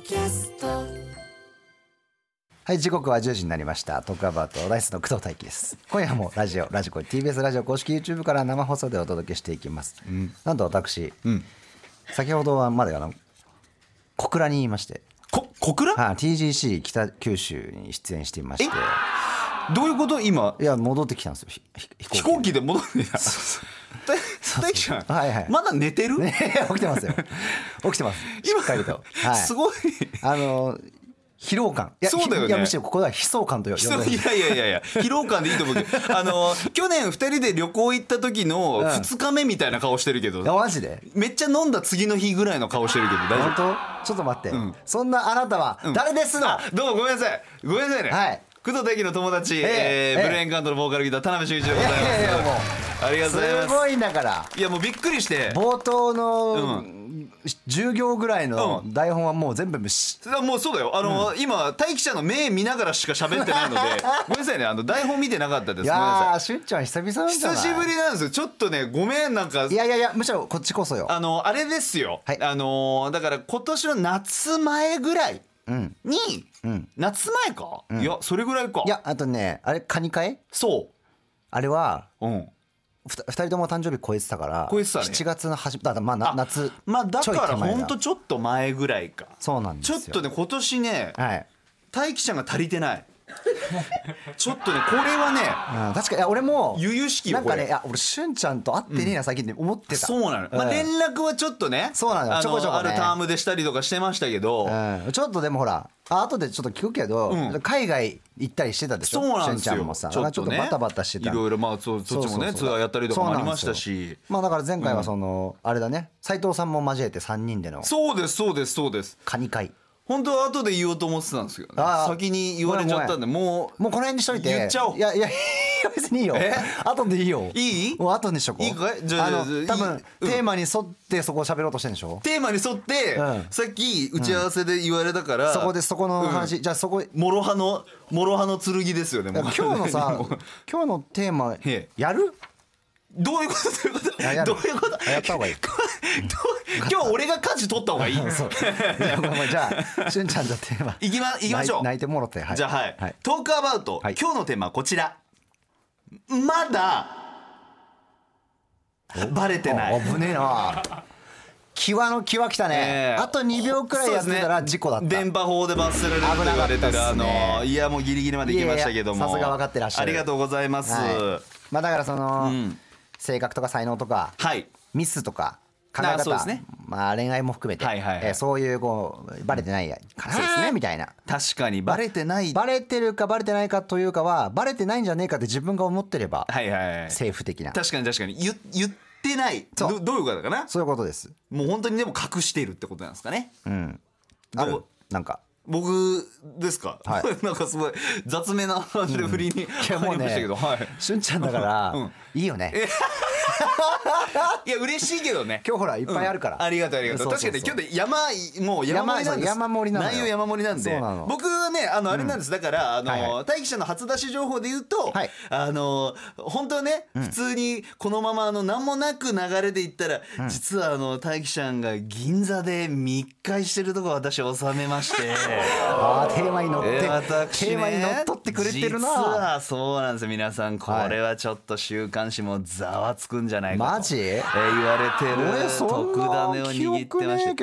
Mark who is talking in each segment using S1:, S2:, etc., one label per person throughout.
S1: キャスト。
S2: はい、時刻は10時になりました。トークアバウトライスの工藤大輝です。今夜もラジコ TBS ラジオ公式 YouTube から生放送でお届けしていきます。なんと私、先ほどはまで小倉にいまして、
S3: 小倉？
S2: TGC 北九州に出演していまして。
S3: どういうこと今？
S2: いや戻ってきたんですよ。
S3: 飛行機で戻ってきた。大輝ちゃん、
S2: はいはい、
S3: まだ寝てる？
S2: 起きてますよ。起きてます。しっかりと。
S3: はい、すごい。
S2: 疲労感。
S3: そうだよね。
S2: いやむしろここでは悲壮感と呼んで。
S3: いや疲労感でいいと思うけど、去年2人で旅行行った時の2日目みたいな顔してるけど、
S2: マジで
S3: めっちゃ飲んだ次の日ぐらいの顔してるけど大丈夫？
S2: 本当？ちょっと待って、そんなあなたは誰ですの？
S3: どうもごめんなさいね。はい。工藤大輝の友達、ブルーエンカウントのボーカルギター田辺俊一でございます。ありがとうございます。
S2: すごいんだから。
S3: いやもうびっくりして、
S2: 冒頭の10行ぐらいの台本はもう全部もう
S3: そうだよ。今大輝ちゃんの目見ながらしか喋ってないのでごめんなさいね、台本見てなかったです。
S2: いやー、しゅんちゃん久々なんじゃない？
S3: 久しぶりなんですよ。ちょっとねごめん、なんか
S2: いやむしろこっちこそよ。
S3: あれですよ、
S2: はい、
S3: だから今年の夏前ぐらいに、夏前か、いやそれぐらいか。
S2: いやあとね、あれカニ会？
S3: そう
S2: あれは2人とも誕生日超えてたから、
S3: 超えてたね、
S2: 7月の初めだから夏、
S3: だからほんとちょっと前ぐらいか。
S2: そうなんですよ。
S3: ちょっとね今年ね、
S2: はい、
S3: 大輝ちゃんが足りてないちょっとねこれはね、
S2: 確かに俺も
S3: 由々しきよ。
S2: なんかね、いや俺しゅんちゃんと会ってねえな最近って思ってた。
S3: そうなの、連絡はちょっとね、
S2: そうなのよ、ちょこちょこね
S3: あるタームでしたりとかしてましたけど、
S2: ちょっとでもほら後でちょっと聞くけど、海外行ったりしてたでしょ。
S3: そうなんですよ。
S2: しゅんちゃんもさ、ちょっとバタバタしてた。
S3: いろいろそっちもねツアーやったりとかもありましたし、
S2: だから前回はあれだね、斉藤さんも交えて3人での
S3: そうです
S2: カニ会。
S3: 本当は後で言おうと思ってたんですけどね、先に言われちゃったんで、もう
S2: この辺にしといて
S3: 言っちゃおう。
S2: いや別にいいよ。後でいいよ。
S3: いい？
S2: もう後にしとこう。
S3: いいかい？じゃあ
S2: 多分テーマに沿ってそこを喋ろうとしてるんでしょ。
S3: テーマに沿って、さっき打ち合わせで言われたから、
S2: そこの話、じゃあそこ
S3: 諸刃の剣ですよね。
S2: 今日のテーマやる？
S3: どういうこと？どういうこと？
S2: やった方がいい。
S3: 今日俺が舵取った方がいい。
S2: そうじゃあしゅんちゃんじゃテーマ
S3: いきましょう。
S2: 泣いてもろて。
S3: じゃあトークアバウト、今日のテーマはこちら。まだバレてない。
S2: 危ねえな。際の際来たね。あと2秒くらいやってたら事故だった。
S3: 電波法で罰せられると言われてるいやもうギリギリまで行きましたけども、
S2: さすが分かってらっしゃる。
S3: ありがとうございます。
S2: だから性格とか才能とかミスとか考え方、恋愛も含めてそういうバレてないかなみたいな。
S3: 確かにバレてない、
S2: バレてるかバレてないかというかはバレてないんじゃねえかって自分が思ってればセーフ的な。
S3: 確かに言ってない。どういうことかな。
S2: そういうことです。
S3: もう本当にでも隠しているってことなんですかね。
S2: なんか
S3: 僕ですか、なんかすごい雑めな話で振りに入りましたけど、
S2: しゅんちゃんだからいいよね。
S3: いや嬉しいけどね。
S2: 今日ほらいっぱいあるから。
S3: ありがとう。確かに今日で山盛りなんです。
S2: 山盛りなんだよ。
S3: 内容山盛りなんで。僕はねあれなんです。だから大輝ちゃんの初出し情報で言うと、本当はね普通にこのまま何もなく流れで言ったら、実は大輝ちゃんが銀座で密会してるとこ私収めまして。
S2: テーマに乗って
S3: 私ね、
S2: テーマに乗っ取ってくれてるな。
S3: 実はそうなんですよ。皆さんこれはちょっと週刊誌もざわつくんじゃないかと
S2: マジ？
S3: 言われてる特ダネを握ってまして、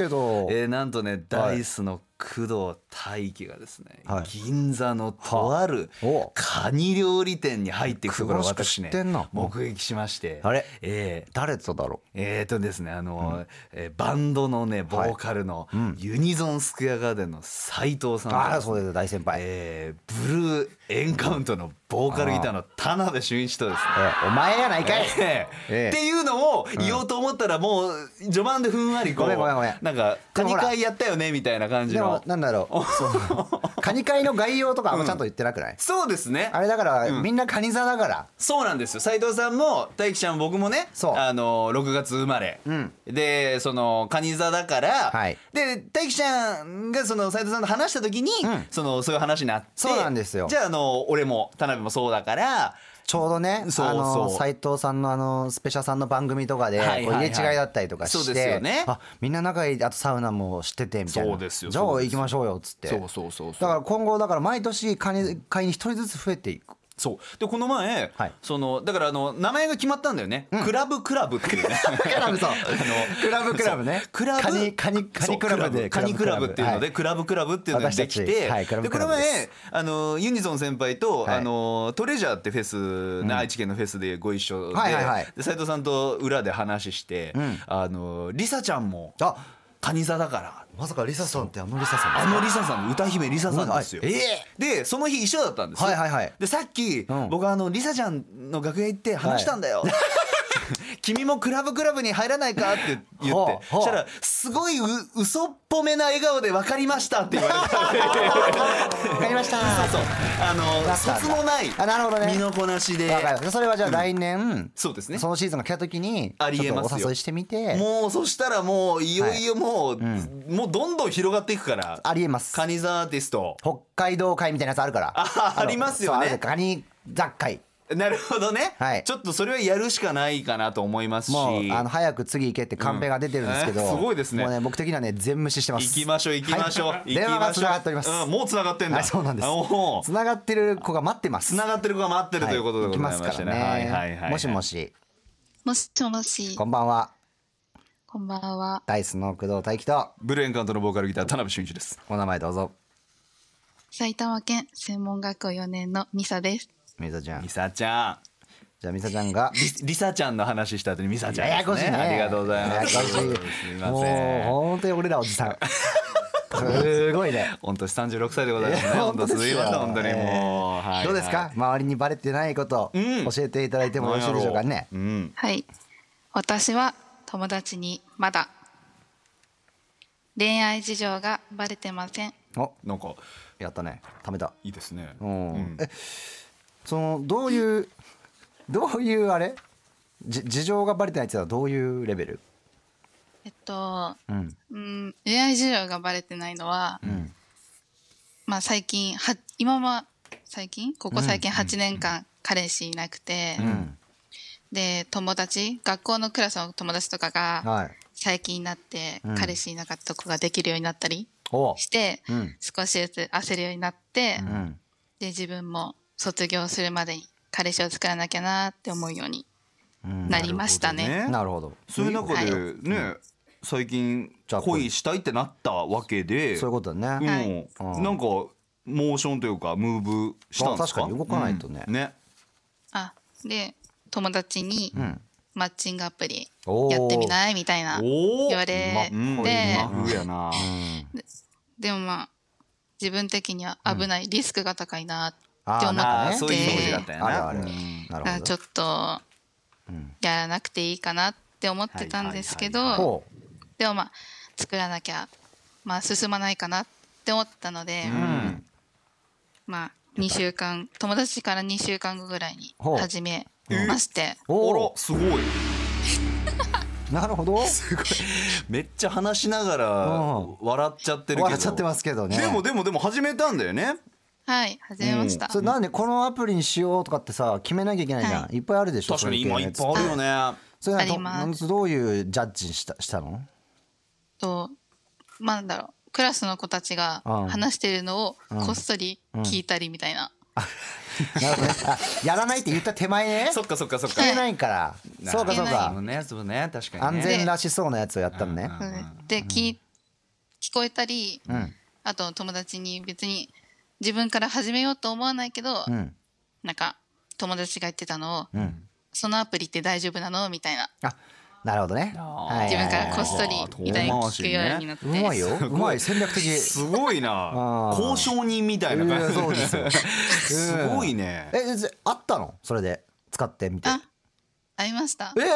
S3: なんとねダイスの工藤大輝がですね、銀座のとあるカニ料理店に入っていくところを私ね目撃しまして。
S2: あれ、誰とだろう。
S3: ですねバンドのねボーカルのユニゾンスクエアガーデンの斉藤さん、
S2: そうです、大先輩。
S3: ブルーエンカウントのボーカルギターの田辺俊一とですね、
S2: お前やないかい
S3: っていうのを言おうと思ったらもう序盤でふんわりこうなんかカニ会やったよねみたいな感じの。
S2: なんだろう、カニ会の概要とかもちゃんと言ってなくない？
S3: そうですね。
S2: あれだからみんなカニ座だから。
S3: そうなんですよ。斉藤さんも大輝ちゃんも僕もね6月生まれでカニ座だから、で大輝ちゃんが斉藤さんと話した時にそういう話になって、
S2: そうなんですよ。
S3: じゃあ俺も田辺もそうだから
S2: ちょうどね斉藤さんのスペシャさんの番組とかでこう入れ違いだったりとかして、あみんな仲いい、あとサウナも知っててみたいな、じゃあ行きましょうよっつって、だから今後だから毎年会に一人ずつ増えていく。
S3: そうでこの前、だから名前が決まったんだよね、クラブっていうねクラブね、カニクラブで
S2: カニ
S3: クラブっていうのでクラブっていうのができて、でこの前ユニゾン先輩とトレジャーってフェス愛知県のフェスでご一緒で斉藤さんと裏で話してリサちゃんもカニ座だから、
S2: まさかリサさんってリサ
S3: さんの歌姫リサさんですよ。でその日一緒だったんです。でさっき僕リサちゃんの楽屋行って話したんだよ。君もクラブに入らないかって言って、そしたらすごい嘘っぽめな笑顔で分かりましたって言われた。
S2: 分かりました。
S3: そう卒のない身のこなしで。
S2: それはじゃあ来年
S3: そうですね、
S2: そのシーズンが来た時に
S3: ありえますよ。
S2: お誘いしてみて、
S3: もうそしたらもういよいよもうどんどん広がっていくから。
S2: ありえます。
S3: カニ座アーティスト
S2: 北海道会みたいなやつあるから。
S3: ありますよね。
S2: カニ雑会。
S3: なるほどね、ちょっとそれはやるしかないかなと思いますし、
S2: もう早く次行けってカンペが出てるんですけど、
S3: すごいですね。
S2: もうね僕的にはね全無視してます。
S3: 行きましょう
S2: 電話がつながっております。
S3: もうつながってんだ。
S2: そうなんです。つながってる子が待ってます。
S3: つながってる子が待ってるということでございましてね。
S2: もしもし。
S1: もしもし。
S2: こんばんは。
S1: こんばんは。
S2: ダイスの工藤大輝と
S3: ブルーエンカウントのボーカルギター田辺俊一です。
S2: お名前どうぞ。
S1: 埼玉県専門学校4年のミサです。
S2: ミサちゃん。
S3: じゃあ
S2: ミサちゃんが
S3: リサちゃんの話した後にミサちゃん、
S2: ややこしいね。
S3: ありがとうございます。すみません。
S2: もう本当に俺らおじさん。すごいね。
S3: 御年36歳でございますね。本当すみません本当にもう。
S2: どうですか、周りにバレてないこと教えていただいてもよろしいでしょうかね。
S1: はい。私は友達にまだ恋愛事情がバレてません。
S3: なんか
S2: やったね。ためた。
S3: いいですね。
S2: そのどういうあれ事情がバレてないってのはどういうレベル？
S1: 恋愛事情がバレてないのは、まあ最近ここ最近8年間彼氏いなくて、で学校のクラスの友達とかが最近になって彼氏いなかった子ができるようになったりして、少しずつ焦るようになって、で自分も卒業するまでに彼氏を作らなきゃなって思うようになりましたね。
S2: なるほど。
S3: そういう中でね、最近恋したいってなったわけで、
S2: そういうことだね。
S3: なんかモーションというかムーブしたんですか？
S2: 確かに動かないとね。
S1: で友達にマッチングアプリやってみないみたいな言われて、でもまあ自分的には危ない、リスクが高いなって思って、ちょっとやらなくていいかなって思ってたんですけど、でもまあ作らなきゃ進まないかなって思ったので、まあ2週間友達から2週間後ぐらいに始めまして、
S3: すごい
S2: なるほど。
S3: すごい。めっちゃ話しながら笑っちゃってるけど。
S2: 笑っちゃってますけどね。
S3: でも始めたんだよね。
S1: はい始めました。
S2: それなんでこのアプリにしようとかってさ決めなきゃいけないじゃん。いっぱいあるでしょ。
S3: 確かに今いっぱいあるよね。
S2: それはどういうジャッジしたの？
S1: なんだろう、クラスの子たちが話してるのをこっそり聞いたりみたいな。
S2: なるほどね。やらないって言った手前ね。
S3: そっか。
S2: 聞けないから。そうか。
S3: そうね、確かに。
S2: 安全らしそうなやつをやったのね。
S1: で聞こえたり、あと友達に別に自分から始めようと思わないけど、なんか友達が言ってたのを、そのアプリって大丈夫なのみたいな。
S2: なるほどね。
S1: 自分からこっそりみたいに聞くようになって。
S2: うまいよ。うまい、戦略的。
S3: すごいな。交渉人みたいな感じ。そうですよ。すごいね。
S2: あったの？それで使ってみて。
S1: ありました。
S3: い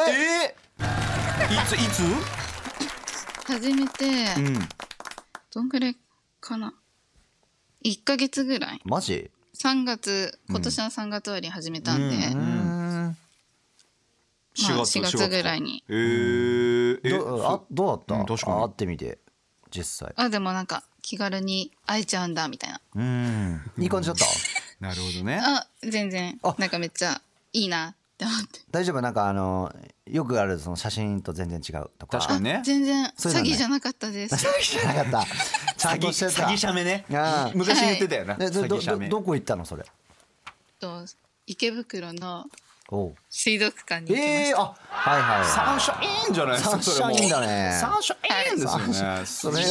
S3: つ？
S1: 初めてどんぐらいかな。1ヶ月ぐらい。
S2: マジ
S1: ？今年の3月終わりに始めたんで。4月ぐらいに。
S2: どうだった？
S3: 確かに。
S2: 会ってみて実際。
S1: でもなんか気軽に会えちゃうんだみたいな。
S2: いい感じだった？
S3: なるほどね。
S1: 全然なんかめっちゃいいなって思って。
S2: 大丈夫？なんかよくあるその写真と全然違うとか。
S3: 確かにね。
S1: 全然
S2: そういうのね
S1: 詐欺じゃなかったです。
S2: 詐欺じゃなかった。ちゃんとしてた。
S3: 詐欺写メね。
S2: ああ
S3: 昔言ってたよな。
S2: で
S3: 詐欺写メ。
S2: どこ行ったのそれ？
S1: と池袋の
S2: おう。
S1: 水族館に行きました。
S2: あ、はいはい。
S3: サンシャインじゃないですか。
S2: サンシャインだね。
S3: サンシャインですよね。すごい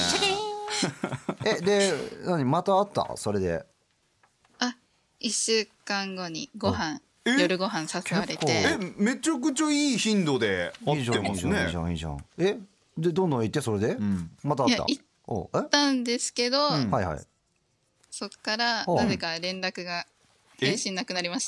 S3: ね。
S2: でまた会った？それで。
S1: 1週間後に夜ご飯誘われて。
S3: めちゃくちゃいい頻度で会ってますね。
S2: いいじゃんいいじゃん。でどんどん行って、それでまた会った？
S1: 行ったんですけど、
S2: はいはい。
S1: そっからなぜか連絡が返信なくなりました。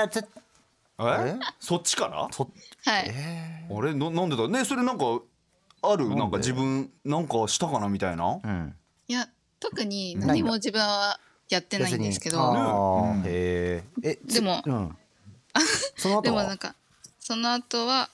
S3: そっちから？
S1: はい。
S3: あれなんでだね。それなんかある？なんか自分なんかしたかなみたいな。
S1: いや特に何も自分はやってないんですけど。
S2: でもその後は？
S1: でもなんかその後は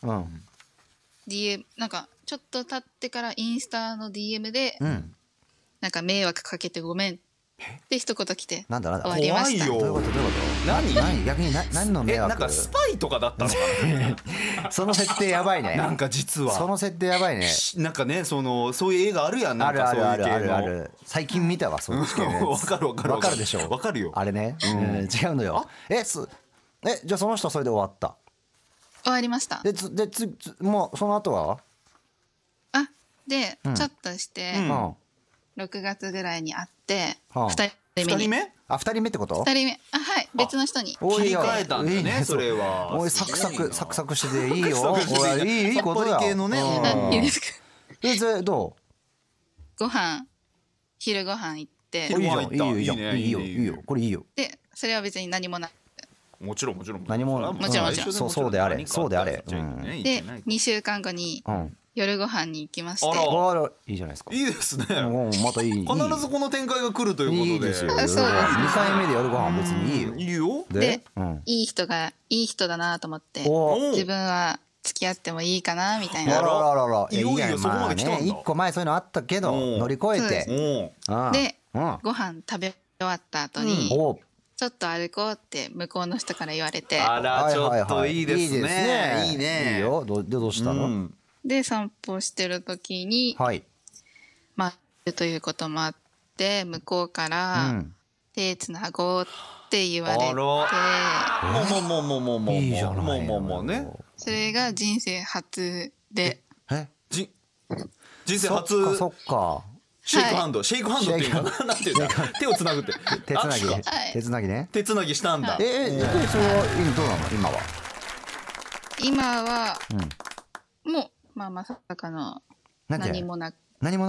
S1: DM なんかちょっと経ってからインスタの DM でなんか迷惑かけてごめんって一言来て終わりました。
S3: 怖いよ。
S2: どういうこと？何逆に何の迷惑？
S3: なんかスパイとかだったのか
S2: な。その設定やばいね。
S3: なんか実は
S2: その設定やばいね。
S3: なんかねそういう映画あるやん。なんかそういう系の。
S2: ある。最近見たわそういう系のやつ。わかるでしょ。
S3: わかるよ。
S2: あれね。違うのよ。じゃあその人それで終わった？
S1: 終わりました。
S2: でもうその後は？
S1: でちょっとして6月ぐらいに会って2人目
S2: 2人目ってこと？
S1: 2人目はい別の人に
S3: 切り替えたんだね。それは
S2: おいサクサクしてていいよ。いいことだよ。
S1: いいですか？
S2: ど
S1: う？昼ご飯行って。
S2: いいよこれいいよ。
S1: でそれは別に何もなく、
S3: もちろん
S2: 何もそうであれ。で
S1: 2週間後に夜ご飯に行きまして。
S2: いいじゃないですか。
S3: いいですね。
S2: またいい。必
S3: ずこの展開が来るということで。いいですよ。
S2: 2回目で夜ご飯別にいいよ。
S3: いいよ。
S1: でいい人だなと思って自分は付き合ってもいいかなみたいな。
S3: いよいよそこまで来たんだ。
S2: 1個前そういうのあったけど乗り越えて
S1: でご飯食べ終わった後にちょっと歩こうって向こうの人から言われて。
S3: あらちょっといいですね。いいね。
S2: いいよ。どうしたの？
S1: で散歩してる時にということもあって向こうから手つなごうって言われて。
S2: いいじゃない
S3: もうね。
S1: それが人生初で。
S3: 人生初。
S2: そっか。
S3: シェイクハンドっていうのなんていうんだ。手をつなぐって。
S2: 手つなぎね。
S3: 手つなぎしたんだ。
S2: それはどうなの？今は
S1: もうまさかの何もなく。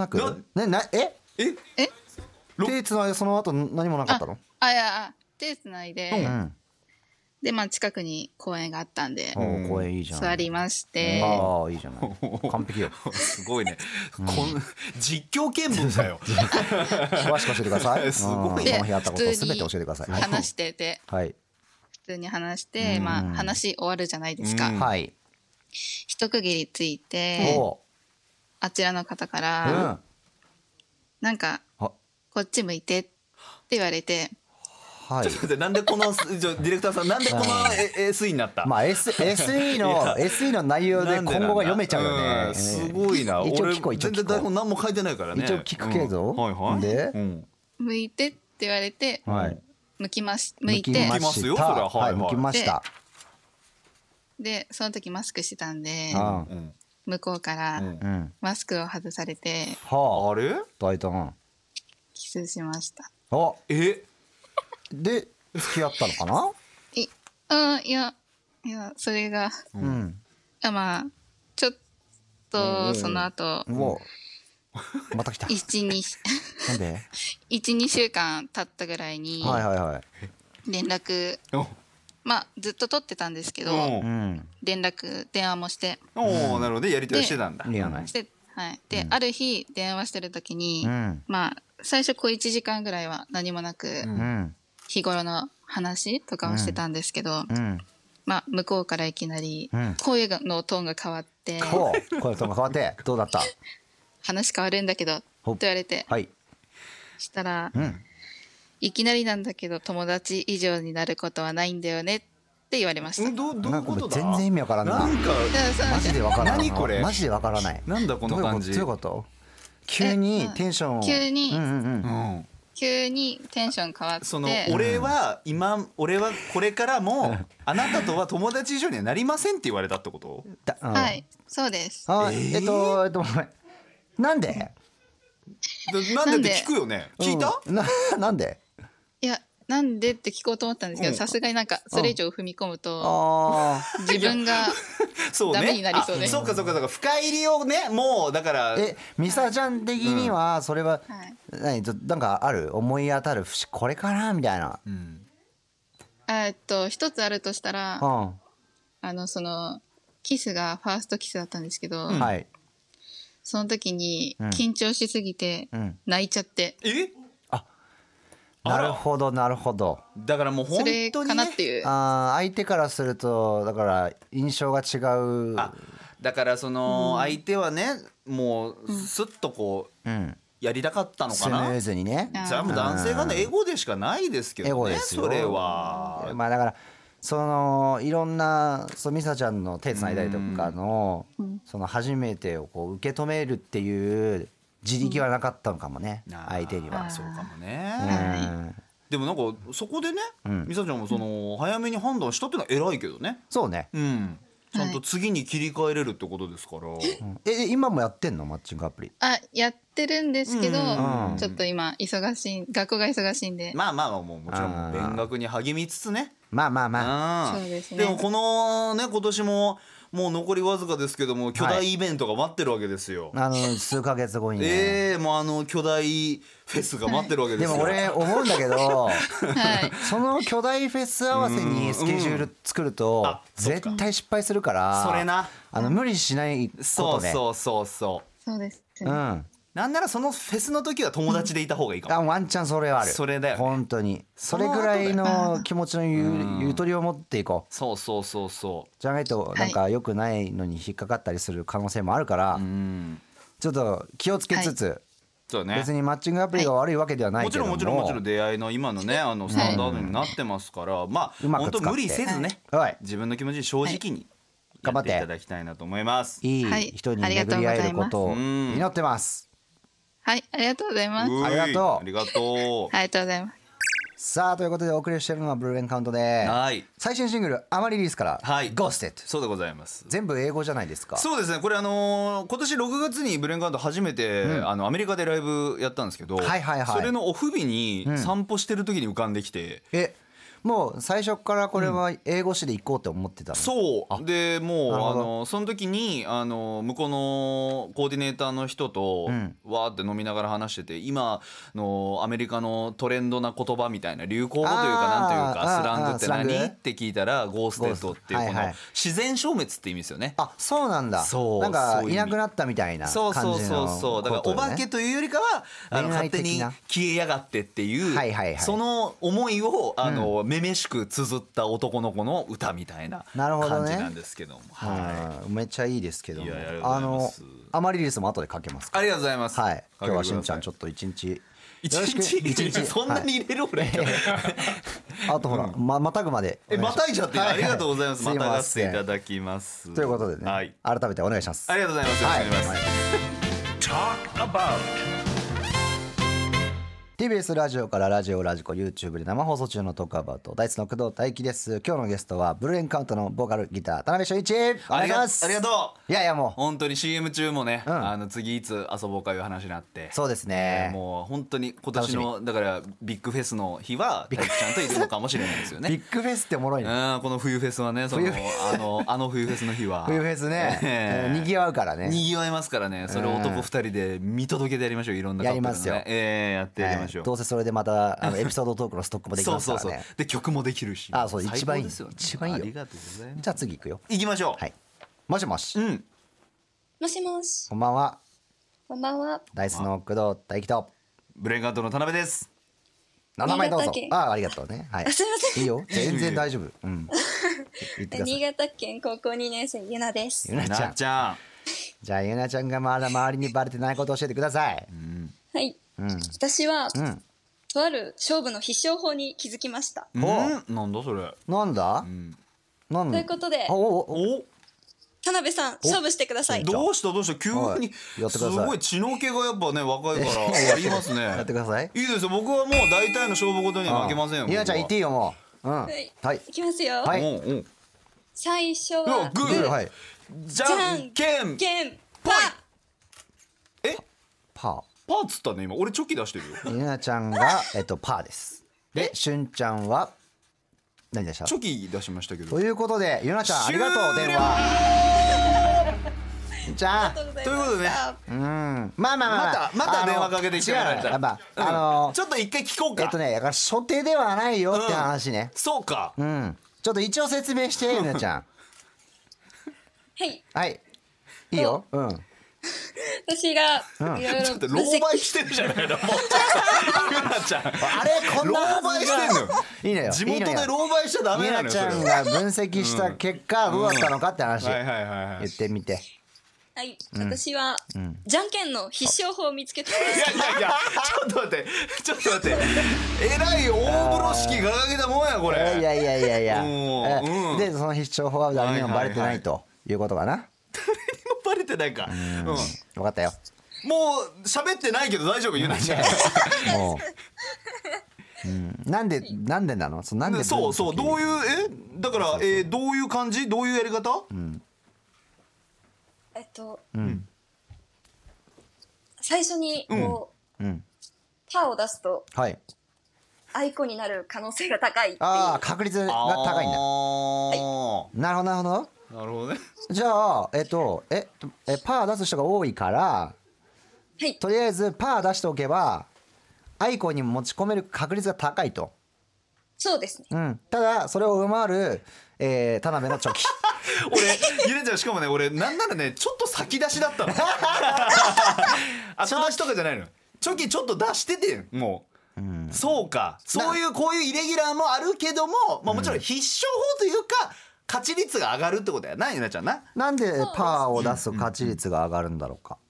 S2: 手つないでその後何もなかったの？
S1: いや手つないでで近くに公園があったんで
S2: 公園いいじゃん。
S1: 座りまして。
S2: いいじゃない完璧よ。
S3: すごいね。実況見分だよ。
S2: 詳しく教えてください。
S3: すごい。
S2: その日あったことを全て教えてください。
S1: 話してて普通に話して話終わるじゃないですか。一区切りついてあちらの方からなんかこっち向いてって言われて。
S3: ちょっと待って、なんでこのディレクターさんなんでこの SE になった？
S2: SE の内容で今後が読めちゃうよね。
S3: すごいな。俺全然台本何も書いてないからね。
S2: 一応聞くけど。で
S1: 向いてって言われて向いて
S3: 向きますよ。それは
S2: 向きました。
S1: でその時マスクしてたんで向こうからマスクを外されて。
S3: あれ？
S2: 大胆。
S1: キスしました。
S2: で付き合ったのかな？
S1: いやそれがちょっとその後
S2: また来た。なんで
S1: 1、2週間経ったぐらいに連絡ずっと取ってたんですけど電話もして。
S3: なるほど。やり取りしてたんだ。
S1: である日電話してる時に最初1時間ぐらいは何もなく日頃の話とかをしてたんですけど向こうからいきなり声のトーンが変わって
S2: どうだった？
S1: 話変わるんだけどって言われてしたらいきなりなんだけど友達以上になることはないんだよねってって言われました。
S3: どういうことだ。
S2: 全然意味わからんな。
S3: なんか
S2: マジでわからない。
S3: 何これ。
S2: マジでわからない。
S3: なんだこの感じ。
S2: どういうこと？急にテンションを。
S1: 急に、
S3: うん
S1: 急にテンション変わって、
S3: その俺はこれからもあなたとは友達以上にはなりませんって言われたってこと？
S1: はい、そうです。
S2: ごめん。なんで
S3: って聞くよね。聞いた？
S2: なんで？
S1: いや、なんでって聞こうと思ったんですけど、さすがになんかそれ以上踏み込むと自分がダメになりそうで。
S3: そうか深入りをね、もうだから
S2: ミサちゃん的にはそれはなんかある？思い当たる節これかなみたいな。
S1: 一つあるとしたら、そのキスがファーストキスだったんですけど、その時に緊張しすぎて泣いちゃって。
S2: なるほどなるほど。
S3: だからもう本当にね、
S1: それかなっていう。
S2: 相手からするとだから印象が違う。
S3: だからその相手はね、もうスッとこうやりたかったのかな。
S2: スムーズにね。
S3: じゃあもう男性がねエゴでしかないですけどね。エゴですよそれは。
S2: まあだからそのいろんなミサちゃんの手つないだりとかのその初めてをこう受け止めるっていう自力はなかったのかもね、相手には。
S3: そうかもね。でもなんかそこでね、ミサちゃんもその早めに判断したってのは偉いけどね。
S2: そうね。
S3: ちゃんと次に切り替えれるってことですから。
S2: 今もやってんの？マッチングアプリ。
S1: やってるんですけど、ちょっと今学校が忙しいんで。
S3: まあもちろん勉学に励みつつね。
S2: まあ
S1: そうですね。
S3: でもこのね今年ももう残りわずかですけども巨大イベントが待ってるわけですよ。
S2: 数ヶ月後にね。
S3: もう巨大フェスが待ってるわけですよ。
S2: でも俺思うんだけど、その巨大フェス合わせにスケジュール作ると絶対失敗するから、
S3: それな、
S2: 無理しないことね。
S1: そうです。
S3: なんならそのフェスの時は友達でいた方がいいかも。
S2: ワンチャンそれはある。
S3: それだよね。
S2: 本当にそれぐらいの気持ちのゆとりを持っていこう。
S3: そう
S2: じゃないとなんか良くないのに引っかかったりする可能性もあるから、ちょっと気をつけつつ、別にマッチングアプリが悪いわけではないけども、
S3: もちろん出会いの今のねスタンダードになってますから、まあ本当無理せずね、自分の気持ちに正直にやっていただきたいなと思います。
S2: いい人に巡り会えることを祈ってます。
S1: はい、ありがとうございます。
S2: ありがとう。
S1: ありがとうございます。
S2: さあということでお送りしているのはブルーエンカウントで、最新シングルアマリリースからゴーステッド。
S3: そうでございます。
S2: 全部英語じゃないですか。
S3: そうですね。これ今年6月にブルーエンカウント初めてアメリカでライブやったんですけど、それのオフ日に散歩してる時に浮かんできて、
S2: もう最初からこれは英語詞で行こうって思ってたの？
S3: そうでもうその時に向こうのコーディネーターの人とわーって飲みながら話してて、今のアメリカのトレンドな言葉みたいな流行語というかなんというかスラングって何って聞いたらゴーステッドっていうこの自然消滅って意味ですよね。
S2: そうなんだ。なんかいなくなったみたいな感じの。
S3: そうだからお化けというよりかは勝手に消えやがってっていうその思いをめめしく綴った男の子の歌みたいな感じなんですけども、
S2: めっちゃいいですけども、アマリリスも後でかけますか。
S3: ありがとうございます。
S2: 今日はしんちゃんちょっと一日
S3: そんなに入れる俺。
S2: あとほらまたぐまで
S3: またいじゃってありがとうございます。またがせていただきます。
S2: ということでね、改めてお願いします。
S3: ありがとうございます。よろしくお願いします。
S2: Talk about TBS ラジオからラジコ YouTube で生放送中のトークアバウト、ダイスの工藤大輝です。今日のゲストはブルーエンカウントのボーカルギター田辺翔一。お願いします。
S3: ありがとう。
S2: いやもう
S3: 本当に CM 中もね、次いつ遊ぼうかいう話になって、
S2: そうですね、
S3: もう本当に今年のだからビッグフェスの日は大輝ちゃんといるのかもしれないですよね。
S2: ビッグフェスっておもろいね。
S3: この冬フェスはね、冬フェスの日は
S2: 冬フェスね、にぎわうからね。
S3: にぎわいますからね。それを男2人で見届けてやりましょう。いろんなカップルのね、やってやりましょう。
S2: どうせそれでまたエピソードトークのストックもできますからね。
S3: で曲もできるし、
S2: そう一番いいですよ。一番いいよ。
S3: ありがとうございます。
S2: じゃあ次行くよ。
S3: 行きましょう。
S2: もしもし。
S4: もしもし。
S2: こんばんは。
S4: こんばんは。
S2: ダイスの工藤大輝と
S3: ブレインカウントの田辺です。
S2: 名前どうぞ。ありがとうね。
S4: すいません。
S2: いいよ。全然大丈夫。
S4: 新潟県高校2年生ゆなです。
S2: ゆなちゃん。じゃあゆなちゃんがまだ周りにバレてないことを教えてください。
S4: はい。私はとある勝負の必勝法に気づきました。
S3: なんだそれ。
S2: なんだ？ なん
S4: ということで
S3: お
S4: 田辺さん勝負してください。
S3: どうした急にすごい血の気がやっぱね若いからありますね。
S2: やってください。
S3: いいですよ。僕はもう大体の勝負事には負けませんよ。
S2: ゆなちゃん言っていいよもう。
S4: はい、いきますよ。
S2: はい
S3: うん
S4: 最初は
S3: グー
S2: はい。
S3: じゃんけん
S4: パー。
S2: パ
S3: パーっつったね今。俺チョキ出してるよ。
S2: ー。ゆなちゃんがパーです。でしゅんちゃんは何でした？
S3: チョキ出しましたけど。
S2: ということでゆなちゃんありがとう電話。じゃあ
S3: ということでね。
S2: ま
S3: た電話かけてきてもらえたら。
S2: やっぱ
S3: ちょっと一回聞こうか。
S2: だから初手ではないよって話ね。
S3: そうか。
S2: ちょっと一応説明してゆなちゃん。
S4: はい
S2: はいいいよ。
S4: 私がいろいろ
S3: ちょっと狼狽してるじゃないの。もうちょっとゆなちゃん。
S2: あれこんな
S3: 狼狽してんのよ。
S2: いいのよ。
S3: 地元で狼狽しちゃダメ
S2: ゆ
S3: なのよ。
S2: なちゃんが分析した結果どうだったのかって話言ってみて。
S4: はい、私はじゃんけんの必勝法を見つけたんですけど。
S3: いやちょっと待ってえらい大風呂敷掲げたもんやこれ。
S2: いやでその必勝法は誰にもバレてないということかな。
S3: 誰にもバレてないか。
S2: 分かったよ。
S3: もう喋ってないけど大丈夫ゆなちゃん。
S2: もうなんでなの？なんで
S3: そうどういうだからどういう感じどういうやり方？
S4: 最初にこうパーを出すと
S2: はい
S4: アイコになる可能性が高いっていう。
S2: ああ確率が高いんだ。なるほどなるほど。
S3: なるほどね。
S2: じゃあパー出す人が多いから
S4: はい
S2: とりあえずパー出しておけばアイコに持ち込める確率が高いと。
S4: そうですね。
S2: ただそれを上回る田辺のチョキ。
S3: 俺ゆなちゃんしかもね俺なんならねちょっと先出しだったの。後出しとかじゃないの。チョキちょっと出しててもう。そうかそういうこういうイレギュラーもあるけどももちろん必勝法というか勝ち率が上がるってことやなゆなちゃんな。
S2: なんでパーを出すと勝ち率が上がるんだろうか。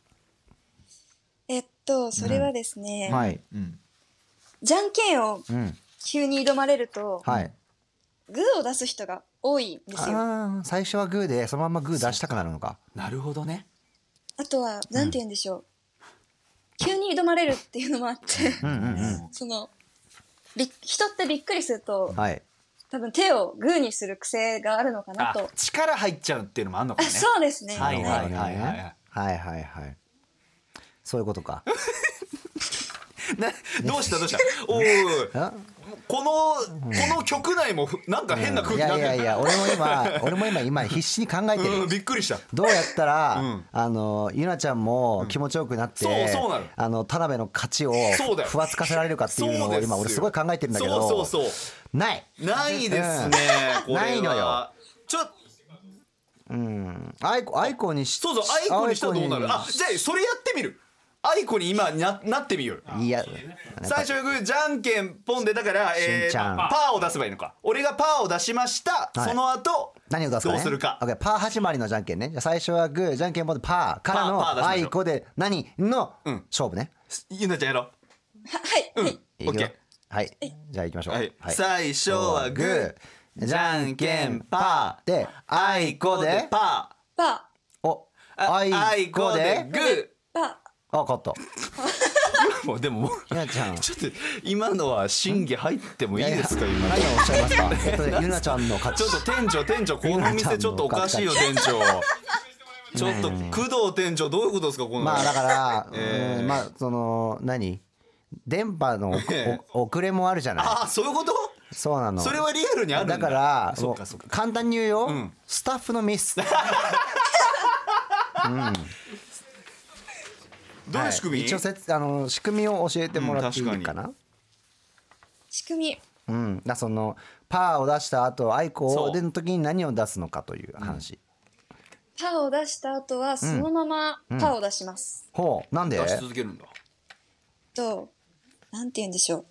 S4: それはですね、
S2: はい。
S4: じゃんけんを急に挑まれると、
S2: はい。
S4: グーを出す人が多いんですよ。
S2: 最初はグーでそのままグー出したくなるのか。
S3: なるほどね。
S4: あとはなんて言うんでしょう、急に挑まれるっていうのもあってその人ってびっくりすると、
S2: はい。
S4: 多分手をグーにする癖があるのかなと。
S3: 力入っちゃうっていうのもあるのかね。
S4: そうですね。
S3: はいはい
S2: そういうことか。
S3: どうしたおいこの局内もなんか変な空気になってる。
S2: いや俺も今必死に考えてる。
S3: びっくりした。
S2: どうやったらゆなちゃんも気持ちよくなって田辺の勝ちをふわつかせられるかっていうのを今俺すごい考えてるんだけどない
S3: ですね。
S2: ないのよ。アイコに
S3: そうアイコにしたらどうなる。じゃあそれやってみる。アイコに今なってみよう。
S2: いや
S3: 最初じゃんけんポンでだからパーを出せばいいのか。俺がパーを出しました。その後
S2: 何を出すかね。
S3: どうするか。
S2: パー始まりのじゃんけんね。じゃあ最初はグーじゃんけんポンでパーからのアイコで何の勝負ね。
S3: ゆなちゃんやろう。
S4: はい
S3: オッケー。
S2: はいじゃあ行きましょう。
S3: 最初はグーじゃんけんパー
S2: でアイコで
S3: パ
S4: ー
S2: アイコで
S3: グー
S4: パー。
S2: 勝った。
S3: もうでも
S2: ゆなちゃん
S3: ちょっと今のは審議入ってもいいですか。今
S2: 何をおっしゃいますか。ゆなちゃんの勝ち。
S3: ちょっと店長この店ちょっとおかしいよ店長。ちょっと工藤店長どういうことですかこの。
S2: まあだからその電波の遅れもあるじゃない。
S3: あそういうこと。
S2: そうなの。
S3: それはリアルにあるんだ。
S2: だから簡単に言うよ、スタッフのミス。
S3: どういう仕組み？
S2: 一応仕組みを教えてもらっていいかな。
S4: 仕組み。
S2: だそのパーを出した後アイコでの時に何を出すのかという話。
S4: パーを出した後はそのままパーを出します。
S2: ほうなんで？
S3: 出し続けるんだ。
S4: なんて言うんでしょう。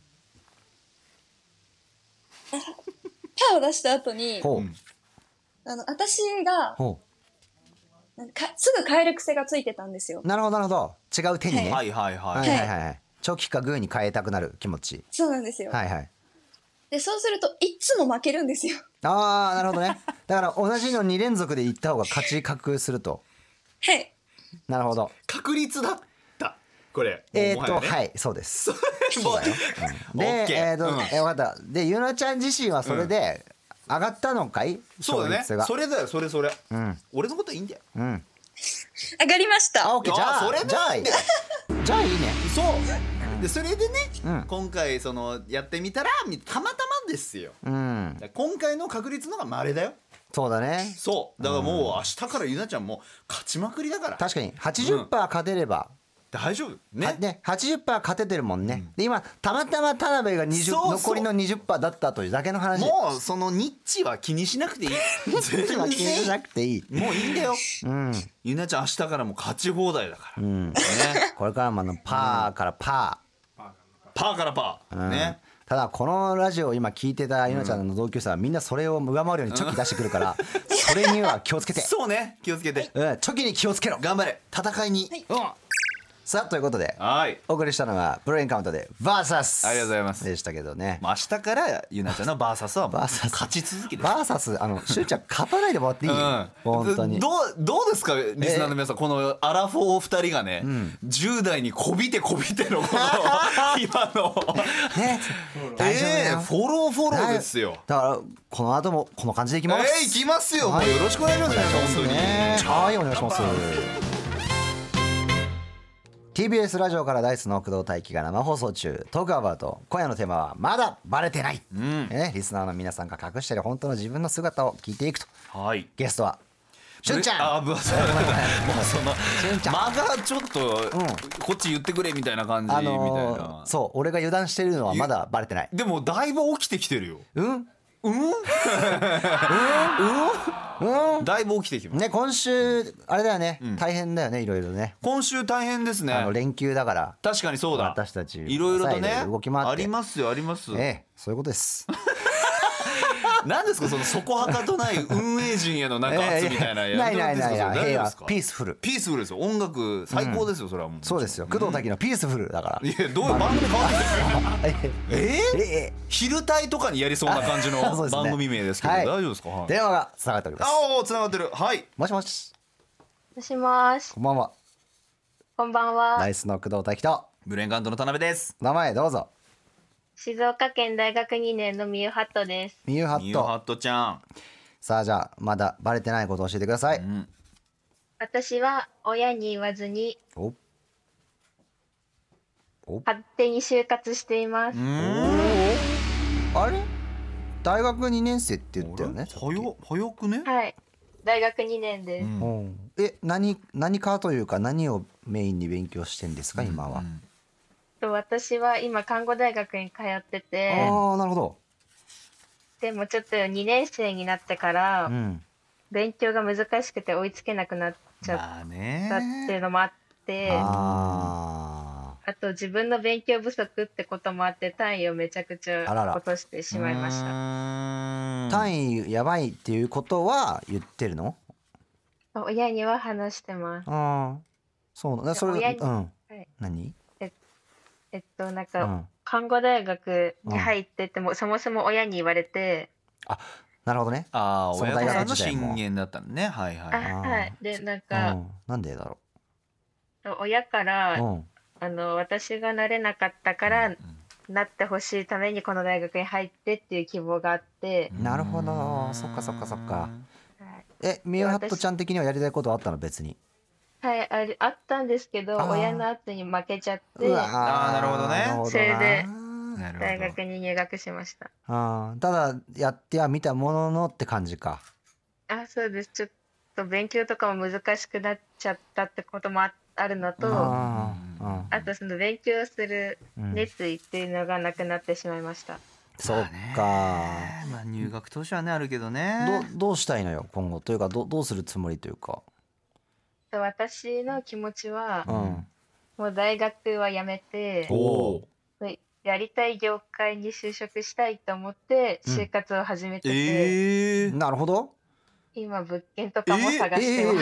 S4: パーを出した後に私がすぐ変える癖がついてたんですよ。
S2: なるほどなるほど。違う手にね。
S3: はい。
S2: チョキかグーに変えたくなる気持ち。
S4: そうなんですよ。 で、そうするといつも負けるんですよ。
S2: ああ、なるほどね。だから同じの2連続でいった方が勝ち確すると。
S4: はい。
S2: なるほど。
S3: 確率だったこれ。
S2: はい、そうです。そうだよ。で、分かった。で、ゆなちゃん自身はそれで上がったのかい？
S3: そうだね。それだよ、それ。俺のこといいんだよ。
S4: 上がりました。
S2: あ、オッケー。じゃあ、じゃあいいね。
S3: そう。でそれでね、今回そのやってみたらたまたまですよ。今回の確率のが稀だよ。
S2: そうだね。
S3: そうだからもう明日からゆなちゃんも勝ちまくりだから。
S2: 確かに 80% 勝てれば
S3: 大丈夫ね。
S2: 80% 勝ててるもんね。で今たまたま田辺が残りの 20% だったというだけの話。
S3: もうそのニッチは気にしなくていい。
S2: ニッチは気にしなくていい。
S3: もういいんだよ。ゆなちゃん明日からも勝ち放題だから。ね。
S2: これからもパーからパ
S3: ーね。
S2: ただこのラジオを今聞いてたゆなちゃんの同級生はみんなそれを上回るようにチョキ出してくるからそれには気をつけて。
S3: そうね、気をつけて。
S2: チョキに気をつけろ。
S3: 頑張れ、戦いに。
S2: さあということでお送りしたのがブレインカウントでバーサス
S3: ありがとうございます
S2: でしたけどね。
S3: 明日からゆなちゃんのバーサスは勝ち続けて。
S2: バーサスしゅうちゃん勝たないでもらっていい？本当に。
S3: どうですかリスナーの皆さん、このアラフォー2人がね、10代にこびてのこの今の
S2: 大丈夫だよ。
S3: フォローですよ。
S2: だからこの後もこの感じでいきます。
S3: いきますよ。もうよろしくお願いしますね。本当に。
S2: はい、お願いします。TBS ラジオからダイスの工藤大輝が生放送中。トークアバウト、今夜のテーマはまだバレてない、リスナーの皆さんが隠している本当の自分の姿を聞いていくと。ゲストはしゅんちゃん。もうその間が
S3: ちょっとこっち言ってくれみたいな感じみたいな。
S2: そう、俺が油断してるのはまだバレてない。
S3: でもだいぶ起きてきてるよ。だいぶ起きてきます
S2: ね。今週あれだよね、大変だよね、いろいろね。
S3: 今週大変ですね。
S2: 連休だから。
S3: 確かにそうだ。
S2: 私たち
S3: いろいろとね
S2: 動き回って
S3: ありますよ、あります。
S2: そういうことです。
S3: 何ですかそのそこはかとない運営陣へのなんか圧みたいなやつですか。
S2: 平和ピースフル
S3: ですよ。音楽最高ですよ、それはもう。
S2: そうですよ、工藤大輝のピースフルだから。
S3: いや、どういう番組変わってる昼帯とかにやりそうな感じの番組名ですけど大丈夫ですか。
S2: 電話がつながっております。
S3: つながってる。はい、
S2: もしもし。
S4: もしもし。
S2: こんばんは。
S4: こんばんは。
S2: ダイスの工藤大輝と
S3: ブレインカウントの田辺です。
S2: 名前どうぞ。
S4: 静岡県大学2年のみゆはっとです。
S2: みゆはっと
S3: ちゃん。
S2: さあじゃあまだバレてないことを教えてください。
S4: 私は親に言わずに勝手に就活しています。
S2: あれ大学2年生って言ったよね。
S3: 早くね。
S4: はい、大学2年です。
S2: 何かというか何をメインに勉強してんですか今は。
S4: 私は今看護大学に通ってて。
S2: なるほど。
S4: でもちょっと2年生になってから、勉強が難しくて追いつけなくなっちゃったっていうのもあって、あと自分の勉強不足ってこともあって単位をめちゃくちゃ落としてしまいました。
S2: 単位やばいっていうことは言ってるの？
S4: 親には話してます。
S2: そうだ。それ何？
S4: なんか看護大学に入ってても、そもそも親に言われて。
S2: なるほどね。
S3: 親御さんの進言だったのね。はい
S4: はい。でなんか
S2: なんでだろ
S4: う。親から私がなれなかったからなってほしいためにこの大学に入ってっていう希望があって。
S2: なるほど。そっか。みゆはっとちゃん的にはやりたいことあったの別に？
S4: はい、あったんですけど親の圧に負けちゃって。
S3: なるほどね。
S4: それで大学に入学しました。
S2: ただやってはみたもののって感じか。
S4: そうです。ちょっと勉強とかも難しくなっちゃったってこともあるのと、あとその勉強する熱意っていうのがなくなってしまいました。
S2: そっか。
S3: 入学当初はねあるけどね。
S2: どうしたいのよ今後というかどうするつもりというか。
S4: 私の気持ちは、もう大学は辞めてやりたい業界に就職したいと思って就活を始めてて、
S2: なるほど。
S4: 今物件とかも探してます。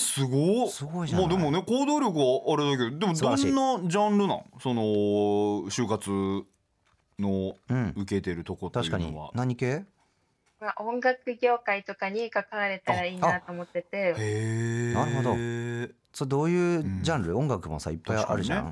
S3: すごいじゃん。でもね行動力はあれだけど、でもどんなジャンルなんその就活の受けてるとこっていうのは、
S2: 確かに何系？
S4: 音楽業界とかに関われたらいいなと思ってて。
S3: へえ。
S2: なるほど。それどういうジャンル？音楽もさいっぱいあるじゃん。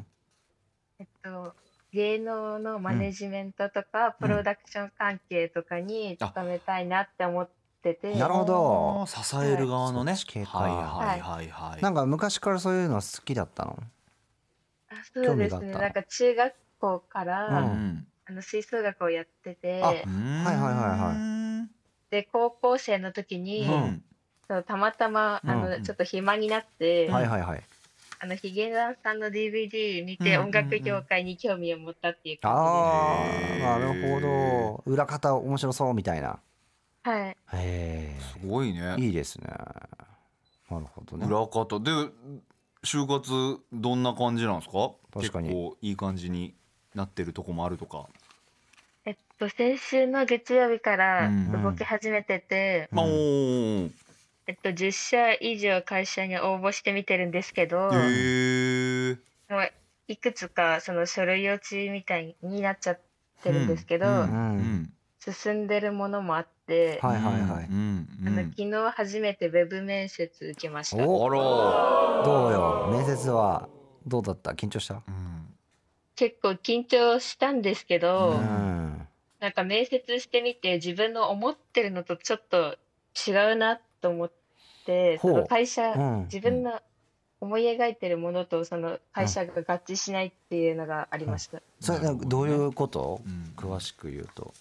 S4: 芸能のマネジメントとか、プロダクション関係とかに勤めたいなって思ってて。
S2: なるほど。
S3: 支える側のね。
S2: はい。なんか昔からそういうの好きだったの？
S4: そうですね。なんか中学校から吹奏楽をやってて。
S2: はいはいはいはい。
S4: で高校生の時に、たまたまちょっと暇になって、ヒゲダンさんの DVD 見て音楽業界に興味を持ったっていう感
S2: じです。なるほど。裏方面白そうみたいな。
S4: はい。
S3: すごいね。
S2: いいですね。なるほどね。
S3: 裏方で就活どんな感じなんですか？
S2: 確かに。
S3: 結構いい感じになってるとこもあるとか。
S4: 先週の月曜日から動き始めてて、10社以上会社に応募してみてるんですけど、いくつかその書類落ちみたいになっちゃってるんですけど、進んでるものもあって、昨日初めてウェブ面接受けました。
S2: どうよ、面接はどうだった？緊張した？
S4: 結構緊張したんですけど、なんか面接してみて自分の思ってるのとちょっと違うなと思って、その会社、自分の思い描いてるものとその会社が合致しないっていうのがありました。
S2: それどういうこと？詳しく言うと。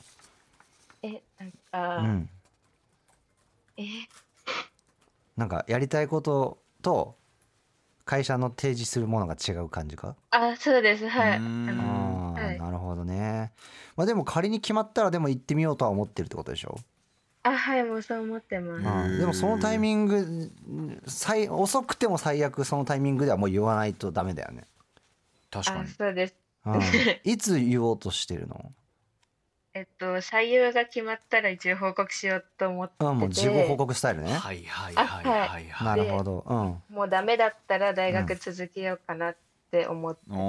S2: なんかやりたいことと会社の提示するものが違う感じか？
S4: そうです。はい。
S2: なるほどね。まあでも仮に決まったらでも行ってみようとは思ってるってことでしょ？
S4: はい、もうそう思ってます。
S2: でもそのタイミング、遅くても最悪そのタイミングではもう言わないとダメだよね。
S3: 確かに。
S4: そうです。
S2: いつ言おうとしてるの？
S4: 採用が決まったら一応報告しようと思ってて。
S2: もう事後報告スタイルね。
S3: はいはいはいはい。
S2: なるほど。
S4: もうダメだったら大学続けようかなって思ってます。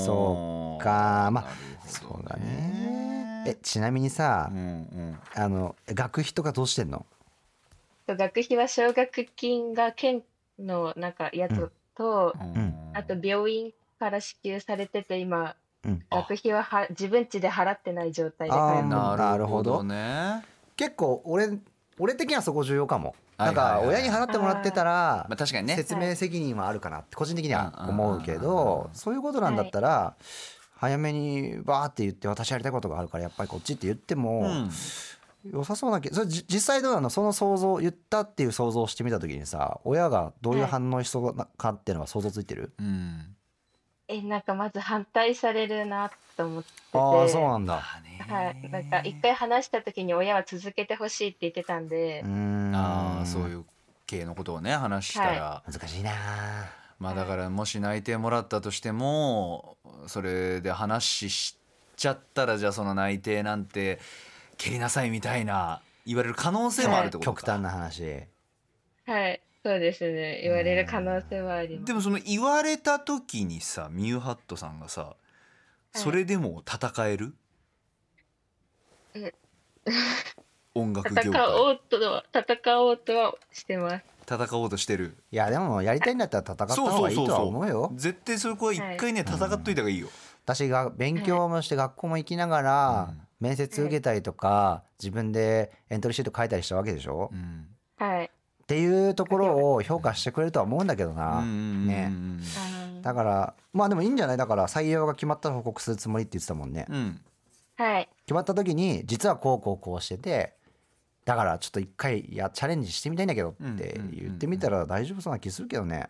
S2: そうか、まあそうだね。ちなみにさ、学費とかどうしてんの？
S4: 学費は奨学金が県のなんかやつと、あと病院から支給されてて今。学費は自分家で払ってない状態で通ってます。
S2: なるほどね。結構俺的にはそこ重要かも。なんか親に払ってもらってたら
S3: 確かにね、
S2: 説明責任はあるかなって個人的には思うけど、そういうことなんだったら早めにバーって言って私やりたいことがあるからやっぱりこっちって言っても良さそうなそれ実際どうなの？その想像言ったっていう想像をしてみた時にさ、親がどういう反応しそうかっていうのは想像ついてる？
S4: なんかまず反対されるなと思ってて。
S2: そうなんだ。
S4: はい。なんか一回話した時に親は続けてほしいって言ってたんで。
S3: そういう系のことをね話したら、
S2: 難しいな。
S3: まあだからもし内定もらったとしてもそれで話しちゃったらじゃあその内定なんて蹴りなさいみたいな言われる可能性もあるってことか。
S2: 極端な話。
S4: はい。そうですね、言われる可能性はあります。
S3: でもその言われた時にさ、ミューハットさんがさ、それでも戦える？音楽業界
S4: 戦おうとはしてます。
S3: 戦おうとしてる。
S2: いやでもやりたいんだったら戦った方がいいとは思うよ。
S3: 絶対そこは一回ね、戦っといた方がいいよ。
S2: 私が勉強もして学校も行きながら面接受けたりとか自分でエントリーシート書いたりしたわけでしょ？
S4: はい。
S2: っていうところを評価してくれるとは思うんだけどな。ね。だからまあでもいいんじゃない？だから採用が決まったら報告するつもりって言ってたもんね。
S4: はい。
S2: 決まった時に実はこうしてて、だからちょっと一回チャレンジしてみたいんだけどって言ってみたら大丈夫そうな気するけどね。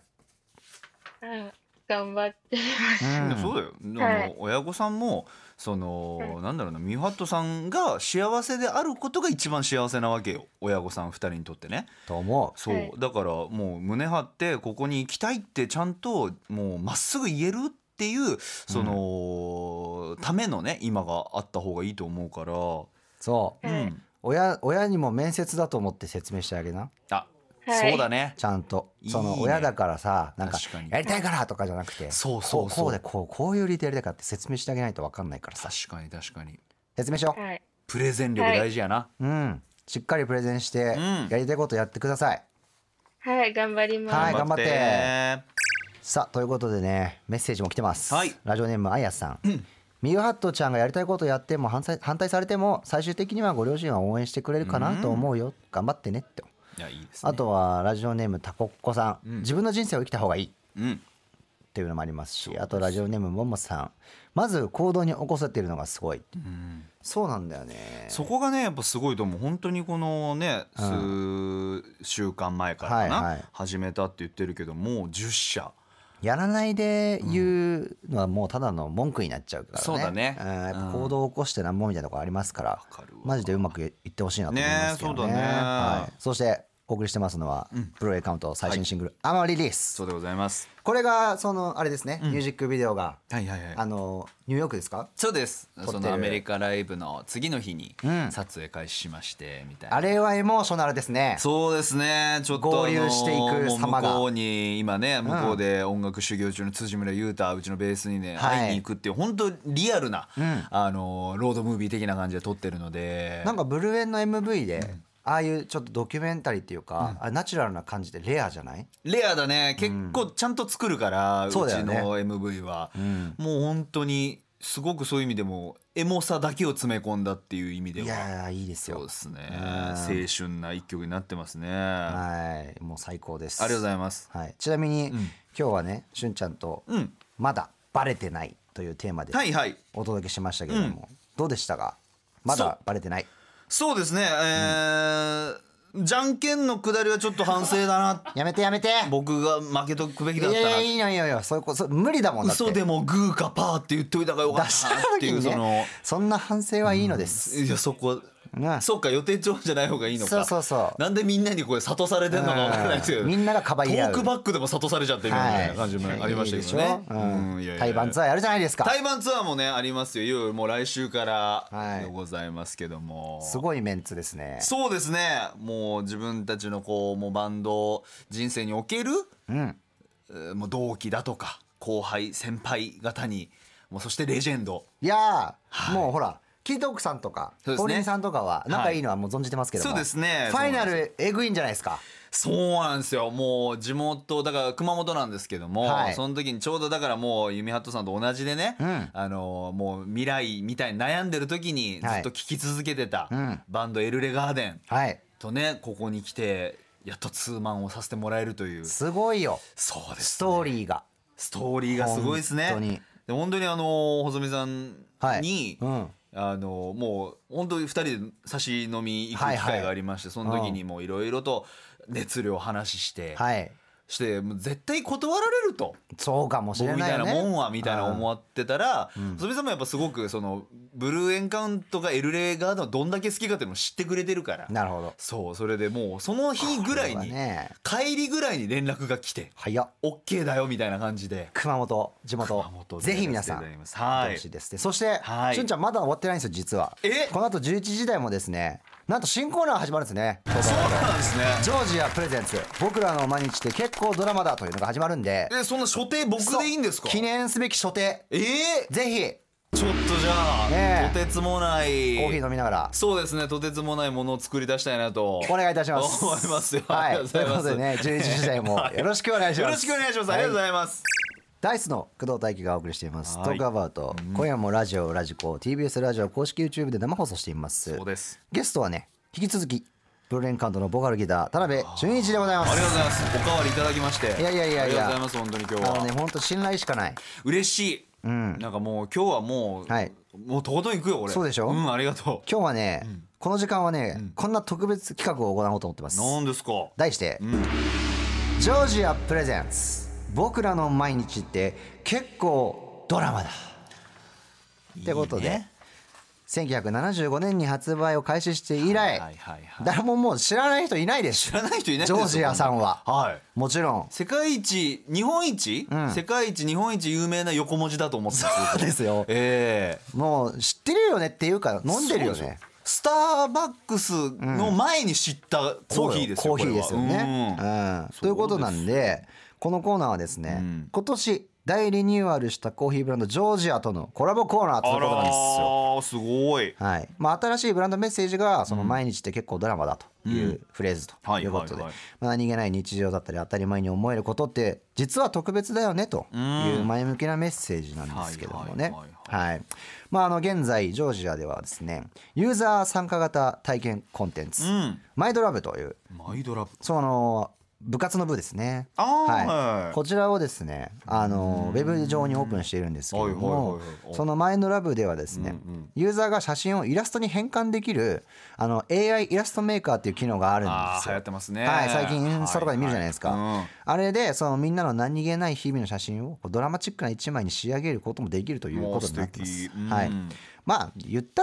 S4: 頑張ってます。
S3: そうだよ。親御さんもそのなんだろうな、ミューハットさんが幸せであることが一番幸せなわけよ、親御さん2人にとってね。
S2: と思う。
S3: そうだからもう胸張ってここに行きたいってちゃんともうまっすぐ言えるっていうそのためのね今があった方がいいと思うから。
S2: そう、親にも面接だと思って説明してあげな。
S3: そうだね。
S2: ちゃんと
S3: いいね
S2: その親だからさ、なんか
S3: 確かに
S2: やりたいからとかじゃなくて、
S3: そうそうそう
S2: こうでこういう理由でやりたいかって説明してあげないと分かんないからさ。
S3: 確かに確かに。
S2: 説明しよう。
S4: はい。
S3: プレゼン力大事やな。
S2: しっかりプレゼンしてやりたいことやってください。
S4: はい、頑張ります。
S2: はい、頑張って。さあということでね、メッセージも来てます。ラジオネームあやさん。ミユハットちゃんがやりたいことやっても反対されても最終的にはご両親は応援してくれるかなと思うよ。頑張ってねって。
S3: いやいいですね。
S2: あとはラジオネームたこっこさん、自分の人生を生きた方がいいっていうのもありますし、あとラジオネームももさん、まず行動に起こせているのがすごい。そうなんだよね。
S3: そこがねやっぱすごいと思う。本当にこのね、数週間前からかな、始めたって言ってるけどもう10社
S2: やらないで言うのはもうただの文句になっちゃうからね。
S3: そうだね。
S2: やっぱ行動を起こしてなんぼみたいなところありますから、マジでうまくいってほしいなと思いますけどね。
S3: そうだね。
S2: はい。そしてお送りしてますのは、ブルーエイカウント最新シングル、アマリリース。
S3: そうでございます。
S2: これがそのあれですね、ミュージックビデオが、ニューヨークですか？
S3: そうです。そのアメリカライブの次の日に撮影開始しましてみたいな。
S2: あれはエモーショナルですね。
S3: そうですね。ちょっと
S2: 合流していく様が
S3: 向こうに今ね、向こうで音楽修行中の辻村優太、うちのベースにね会いに行くっていう本当リアルなロードムービー的な感じで撮ってるので、
S2: なんかブルーエンの MV でああいうちょっとドキュメンタリーっていうか、あれナチュラルな感じでレアじゃない？
S3: レアだね。結構ちゃんと作るから、うちの MV は、もう本当にすごくそういう意味でもエモさだけを詰め込んだっていう意味では、
S2: いやいいですよ。
S3: そうですね。青春な一曲になってますね。
S2: はい、もう最高です。
S3: ありがとうございます。
S2: はい、ちなみに、今日はね、しゅんちゃんと、まだバレてないというテーマでお届けしましたけれども、どうでしたか？まだバレてない。
S3: そうですね、じゃんけんのくだりはちょっと反省だな。
S2: やめて
S3: 僕が負けとくべきだったな。
S2: いやそういうこと無理だもんだって。
S3: 嘘でもグーかパーって言っといた方がよかったなっていう、
S2: そんな反省はいいのです。
S3: いやそこそうか、予定調じゃない方がいいのか。
S2: そう
S3: なんでみんなにこれ諭されてんのか分からないですけど、
S2: みんながかばい合う
S3: トークバックでも諭されちゃってるみたいな感じもありましたけどね。
S2: 対バンツアーやるじゃないですか。
S3: 対バンツアーもねありますよ。いよいよもう来週からでございますけども、
S2: すごいメンツですね。
S3: そうですね。もう自分たちのこうもうバンド人生における、もう同期だとか後輩先輩方に、もうそしてレジェンド、
S2: いやもうほらキートークさんとかポリンさんとかは仲いいのはもう存じてますけども、
S3: そうですね。
S2: ファイナルえぐいんじゃないですか。
S3: そうなんですよ。もう地元だから熊本なんですけども、その時にちょうどだからもうユミハットさんと同じでね、もう未来みたいに悩んでる時にずっと聴き続けてたバンドエルレガーデンとね、ここに来てやっとツーマンをさせてもらえるという。
S2: すごいよ。
S3: そうです、
S2: ストーリーが
S3: すごいですね。本当に細見さんに、もう本当に2人で差し飲み行く機会がありまして、その時にもういろいろと熱量話して、もう絶対断られると、
S2: そうかもしれないよね、
S3: 僕みたいなもんはみたいな思ってたら、細見さんもやっぱすごくそのブルーエンカウントがエルレガードのどんだけ好きかっていうのを知ってくれてるから。
S2: なるほど。
S3: それでもうその日ぐらいに、帰りぐらいに連絡が来て、OK だよみたいな感じで。
S2: 熊本地元ぜひ皆さんほしいですね。そしてしゅんちゃんまだ終わってないんですよ実は。この後11時台もですね、なんと新コーナー始まるんですね。
S3: そうなんですね。
S2: ジョージアプレゼンツ僕らの毎日って結構ドラマだというのが始まるんで、
S3: そんな初手僕でいいんですか？
S2: 記念すべき初手、ぜひ
S3: ちょっとじゃあ、とてつもない
S2: コーヒー飲みながら、
S3: そうですね、とてつもないものを作り出したいなと
S2: お願いいたします
S3: 思いますよ。
S2: はい、ということでね、11時台もよろしくお願いします。
S3: よろしくお願いします。ありがとうございます。
S2: ダイスの工藤大輝がお送りしていますトークアバウト、今夜もラジコ TBS ラジオ公式 YouTube で生放送しています。
S3: そうです。
S2: ゲストはね、引き続きブルーレンカウントのボーカルギター田辺俊一でございます。
S3: ありがとうございます。おかわりいただきまして、
S2: いや
S3: ありがとうございます。本当に今日は
S2: 本当信頼しかない。
S3: 嬉しい。なんかもう今日はもうとことん行くよ俺。
S2: そうでしょ。
S3: ありがとう。
S2: 今日はね、この時間はね、こんな特別企画を行おうと思ってます。
S3: 何ですか？
S2: 題して、ジョージアプレゼンツ僕らの毎日って結構ドラマだってことで、1975年に発売を開始して以来、誰ももう知らない人いないです。
S3: 知らない人いないです。
S2: ジョージアさんは、もちろん
S3: 世界一日本一有名な横文字だと思ってます。
S2: そうですよ。もう知ってるよねっていうか飲んでるよね。
S3: スターバックスの前に知ったコーヒーですよ、
S2: コーヒーですよね、ということなんでこのコーナーはですね、今年大リニューアルしたコーヒーブランドジョージアとのコラボコーナーということなんですよ。
S3: すごい、
S2: はい、新しいブランドメッセージがその毎日って結構ドラマだというフレーズということで、何気ない日常だったり当たり前に思えることって実は特別だよねという前向きなメッセージなんですけどもね。現在ジョージアではですねユーザー参加型体験コンテンツ、マイドラブというその部活の部ですね、こちらをですねウェブ上にオープンしているんですけども、そのマインドラブではですね、ユーザーが写真をイラストに変換できるAI イラストメーカーっていう機能があるんですよ。
S3: 流行ってますね、
S2: 最近インスタとかで見るじゃないですか、あれでそのみんなの何気ない日々の写真をドラマチックな一枚に仕上げることもできるということになってます。言ったって、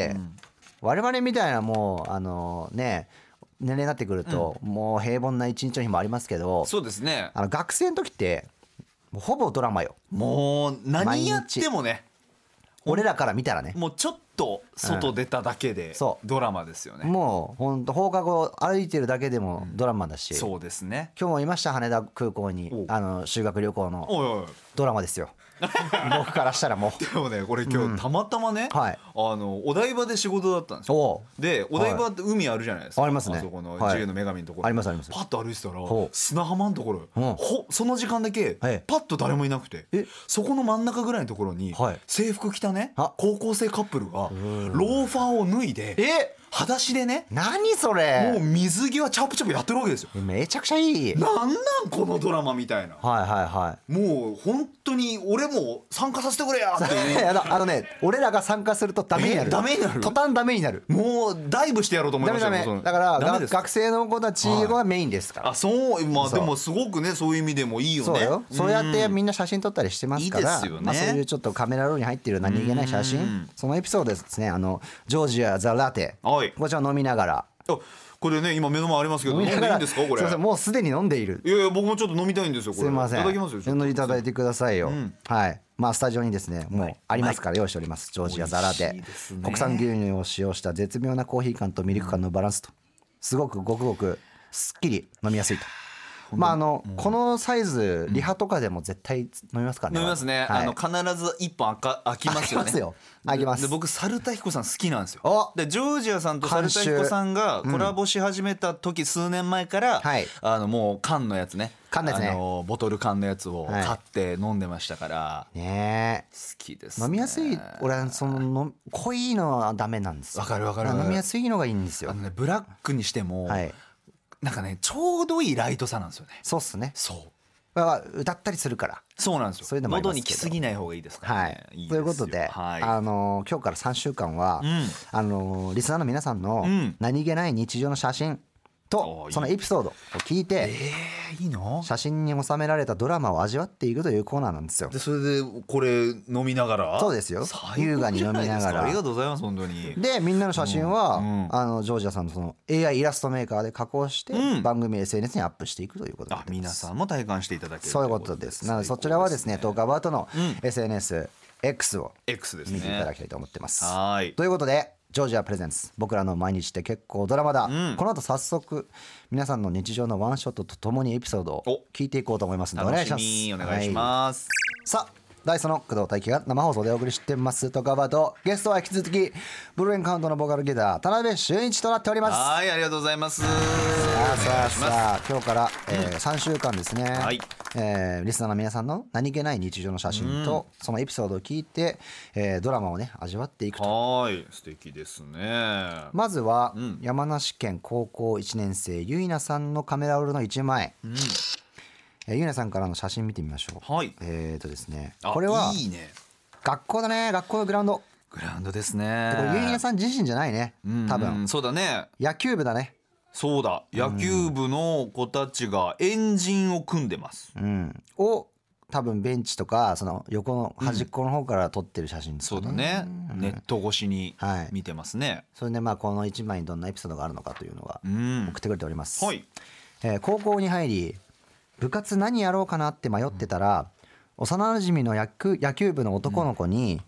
S2: 我々みたいなもう年齢になってくると、もう平凡な一日の日もありますけど、
S3: そうですね、
S2: 学生の時ってもうほぼドラマよ。
S3: もう何やってもね、
S2: 俺らから見たらね、
S3: もうちょっと外出ただけでドラマですよね、
S2: もうほんと放課後歩いてるだけでもドラマだし、
S3: そうですね、
S2: 今日もいました羽田空港に修学旅行のドラマですよ僕からしたらもう。
S3: でもねこれ今日たまたまね、お台場で仕事だったんですよ。でお台場って海あるじゃないですか、
S2: ありますね、
S3: あそこの自由の女神のところ、
S2: ありますあります。
S3: パッと歩いてたら砂浜のところ、その時間だけパッと誰もいなくて、そこの真ん中ぐらいのところに制服着たね高校生カップルがローファーを脱いで裸足でね、
S2: 何それ、
S3: もう水着はチャプチャプやってるわけですよ。
S2: めちゃくちゃいい、
S3: なんこのドラマみたいな、もう本当に俺も参加させてくれやっていう
S2: 俺らが参加するとダメになる、途端ダメになる、
S3: もうダイブしてやろうと思いました
S2: ダメだから学生の子たちがメインですから、
S3: そうでもすごくねそういう意味でもいいよね。
S2: そうやってみんな写真撮ったりしてますから、そういうちょっとカメラロールに入っている何気ない写真、そのエピソードですね、ジョージアザラテ、こちら飲みながら、
S3: これね今目の前ありますけど飲んでいいんですかこれ。
S2: すいません、もうすでに飲んでいる。
S3: いや僕もちょっと飲みたいんですよこれ。
S2: すいません、
S3: いただきますよ。
S2: 飲んでいただいてくださいよ。スタジオにですねもうありますから用意しております、ジョージアザラテ、国産牛乳を使用した絶妙なコーヒー感とミルク感のバランスと、すごくごくごくすっきり飲みやすいと。このサイズリハとかでも絶対飲みますからね。
S3: 飲みますね、必ず一本開きますよね。
S2: 開きます。
S3: で僕猿田彦さん好きなんですよ。でジョージアさんと猿田彦さんがコラボし始めた時、数年前から、もう缶のやつね、ボトル缶のやつを買って飲んでましたからね。好きですね。
S2: 飲みやすい。俺濃いのはダメなんですよ。
S3: わかるわかる。
S2: 飲みやすいのがいいんですよ。
S3: ブラックにしても、なんかねちょうどいいライトさなんですよね。
S2: そうっすね。歌ったりするから。
S3: そうなんですよ。喉に来すぎない方がいいですからね。
S2: ということで、今日から3週間は、リスナーの皆さんの何気ない日常の写真とそのエピソードを聞いて、写真に収められたドラマを味わっていくというコーナーなんですよ。
S3: でそれでこれ飲みながら。
S2: そうですよ、優雅に飲みながら。
S3: ありがとうございます本当に。
S2: でみんなの写真は、ジョージアさんのその AI イラストメーカーで加工して、番組 SNS にアップしていくということです。
S3: 皆さんも体感していただける。
S2: そういうことです。なのでそちらはですねトークアバウトの SNS X を見ていただきたいと思ってます。ということでジョージアプレゼンツ僕らの毎日って結構ドラマだ、この後早速皆さんの日常のワンショットとともにエピソードを聞いていこうと思いますのでお願いします。
S3: お願いします。
S2: さあダイソの工藤大輝が生放送でお送りしてますトークアバウト、ゲストは引き続きブルーエンカウントのボーカルギター田辺俊一となっております。
S3: ありがとうございます。さ
S2: あ今日から、3週間ですね、リスナーの皆さんの何気ない日常の写真と、そのエピソードを聞いて、ドラマをね味わっていくと。
S3: 素敵ですね。
S2: まずは、山梨県高校1年生ゆいなさんのカメラロールの1枚、ゆいなさんからの写真見てみましょう。ですね、これはい
S3: いね、
S2: 学校だね。学校のグラウンド
S3: ですね。
S2: これゆいなさん自身じゃないね、多分。
S3: そうだね、
S2: 野球部だね。
S3: そうだ、野球部の子たちが円陣を組んでます、
S2: を多分ベンチとかその横の端っこの方から撮ってる写真です
S3: よね。そうだね、ネット越しに見てますね。
S2: それでこの1枚にどんなエピソードがあるのかというのが送ってくれております。高校に入り部活何やろうかなって迷ってたら、幼馴染の野球部の男の子に、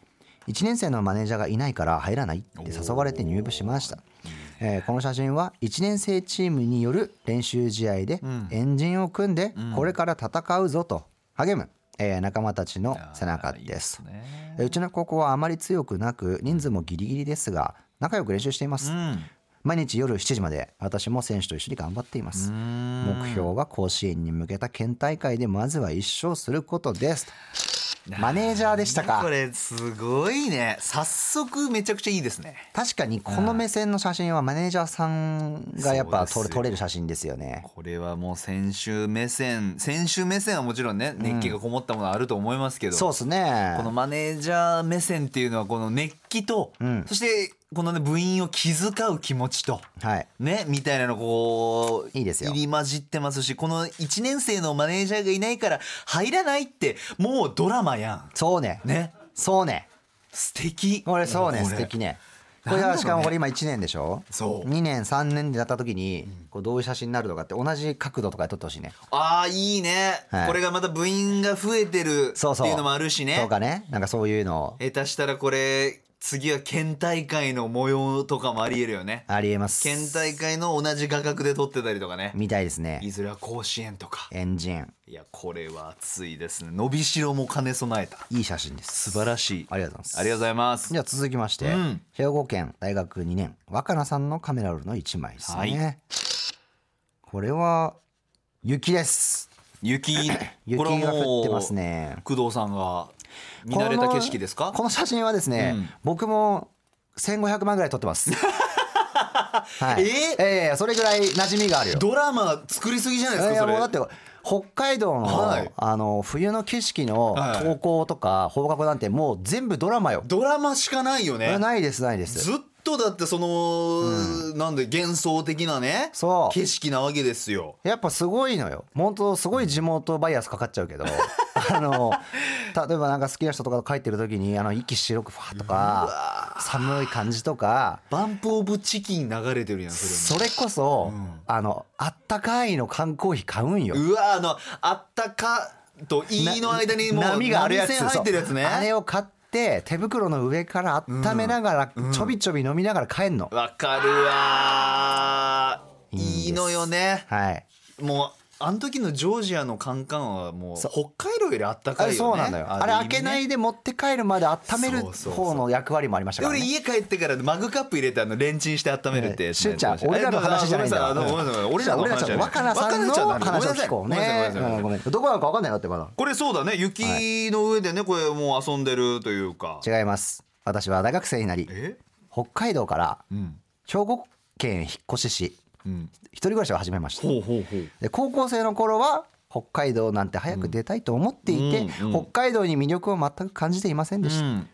S2: 1年生のマネージャーがいないから入らないって誘われて入部しました。この写真は1年生チームによる練習試合で円陣を組んでこれから戦うぞと励む仲間たちの背中です。うちの高校はあまり強くなく人数もギリギリですが仲良く練習しています。毎日夜7時まで私も選手と一緒に頑張っています。目標は甲子園に向けた県大会でまずは1勝することです。マネージャーでしたか。
S3: これすごいね。早速めちゃくちゃいいですね。
S2: 確かにこの目線の写真はマネージャーさんがやっぱ撮れる写真ですよね。
S3: これはもう選手目線はもちろんね熱気がこもったものあると思いますけど、
S2: そうですね。
S3: このマネージャー目線っていうのはこの熱気と、そしてこのね部員を気遣う気持ちと、ねみたいなのこう
S2: いいですよ。
S3: 入り混じってますし、この1年生のマネージャーがいないから入らないってもうドラマやん。
S2: そうね。そうね。
S3: 素敵。
S2: これそうね、素敵ね。これはしかもこれ今1年でしょ。
S3: そう
S2: 2年3年でやった時にこうどういう写真になるとかって同じ角度とかで撮ってほしいね。
S3: ああいいね、これがまた部員が増えてるっていうのもあるしね。
S2: そうかね、なんかそういうの
S3: 下手したらこれ次は県大会の模様とかもありえるよね。
S2: ありえます。
S3: 県大会の同じ画角で撮ってたりとかね。
S2: みたいですね。
S3: いずれは甲子園とか
S2: エンジン。
S3: いやこれは熱いですね。伸びしろも兼ね備えた
S2: いい写真です。
S3: 素晴らしい。
S2: ありがとうございます。
S3: ありがとうございます。
S2: じゃあ続きまして、兵庫県大学2年若菜さんのカメラロールの1枚ですね。これは雪です。
S3: 雪
S2: が降ってますね。
S3: 工藤さんが見慣れた景色ですか。
S2: この写真はですね、僕も1500万ぐらい撮ってますはい、それぐらい馴染みがあるよ。
S3: ドラマ作りすぎじゃないですかそれ。
S2: もうだって北海道の、冬の景色の投稿とか方角なんてもう全部ドラマよ。
S3: ドラマしかないよね。
S2: ないですないです。
S3: ずっとだってその、なんで幻想的なね景色なわけですよ。
S2: やっぱすごいのよ。本当すごい地元バイアスかかっちゃうけど例えばなんか好きな人とかと帰ってる時に息白くファーとか寒い感じとか
S3: バンプオブチキン流れてるやん。
S2: それこそ、あったかいの缶コーヒー買うんよ。
S3: うわあったかといいの間にもう
S2: 波があるやつ
S3: 入ってるやつね。
S2: あれを買って手袋の上から温めながら、ちょびちょび飲みながら帰んの。
S3: わかるわ。いいのよね。もうあの時のジョージアのカンカンはもう北海道よりあったかいよね。
S2: そうなんだよ。あれ開けないで持って帰るまで温める方の役割もありましたからね。
S3: 俺家帰ってからマグカップ入れてレンチンして温めるってやつ。
S2: しゅんちゃん俺らの話じゃないんだよ。
S3: 俺らの話じゃない。
S2: 若菜さんの話を聞こうね。ごめん。どこなのか分かんないなってまだ。
S3: これそうだね。雪の上でねこれもう遊んでるというか。
S2: 違います。私は大学生になり北海道から兵庫県引っ越しし一人暮らしを始めました。で高校生の頃は北海道なんて早く出たいと思っていて、北海道に魅力を全く感じていませんでした。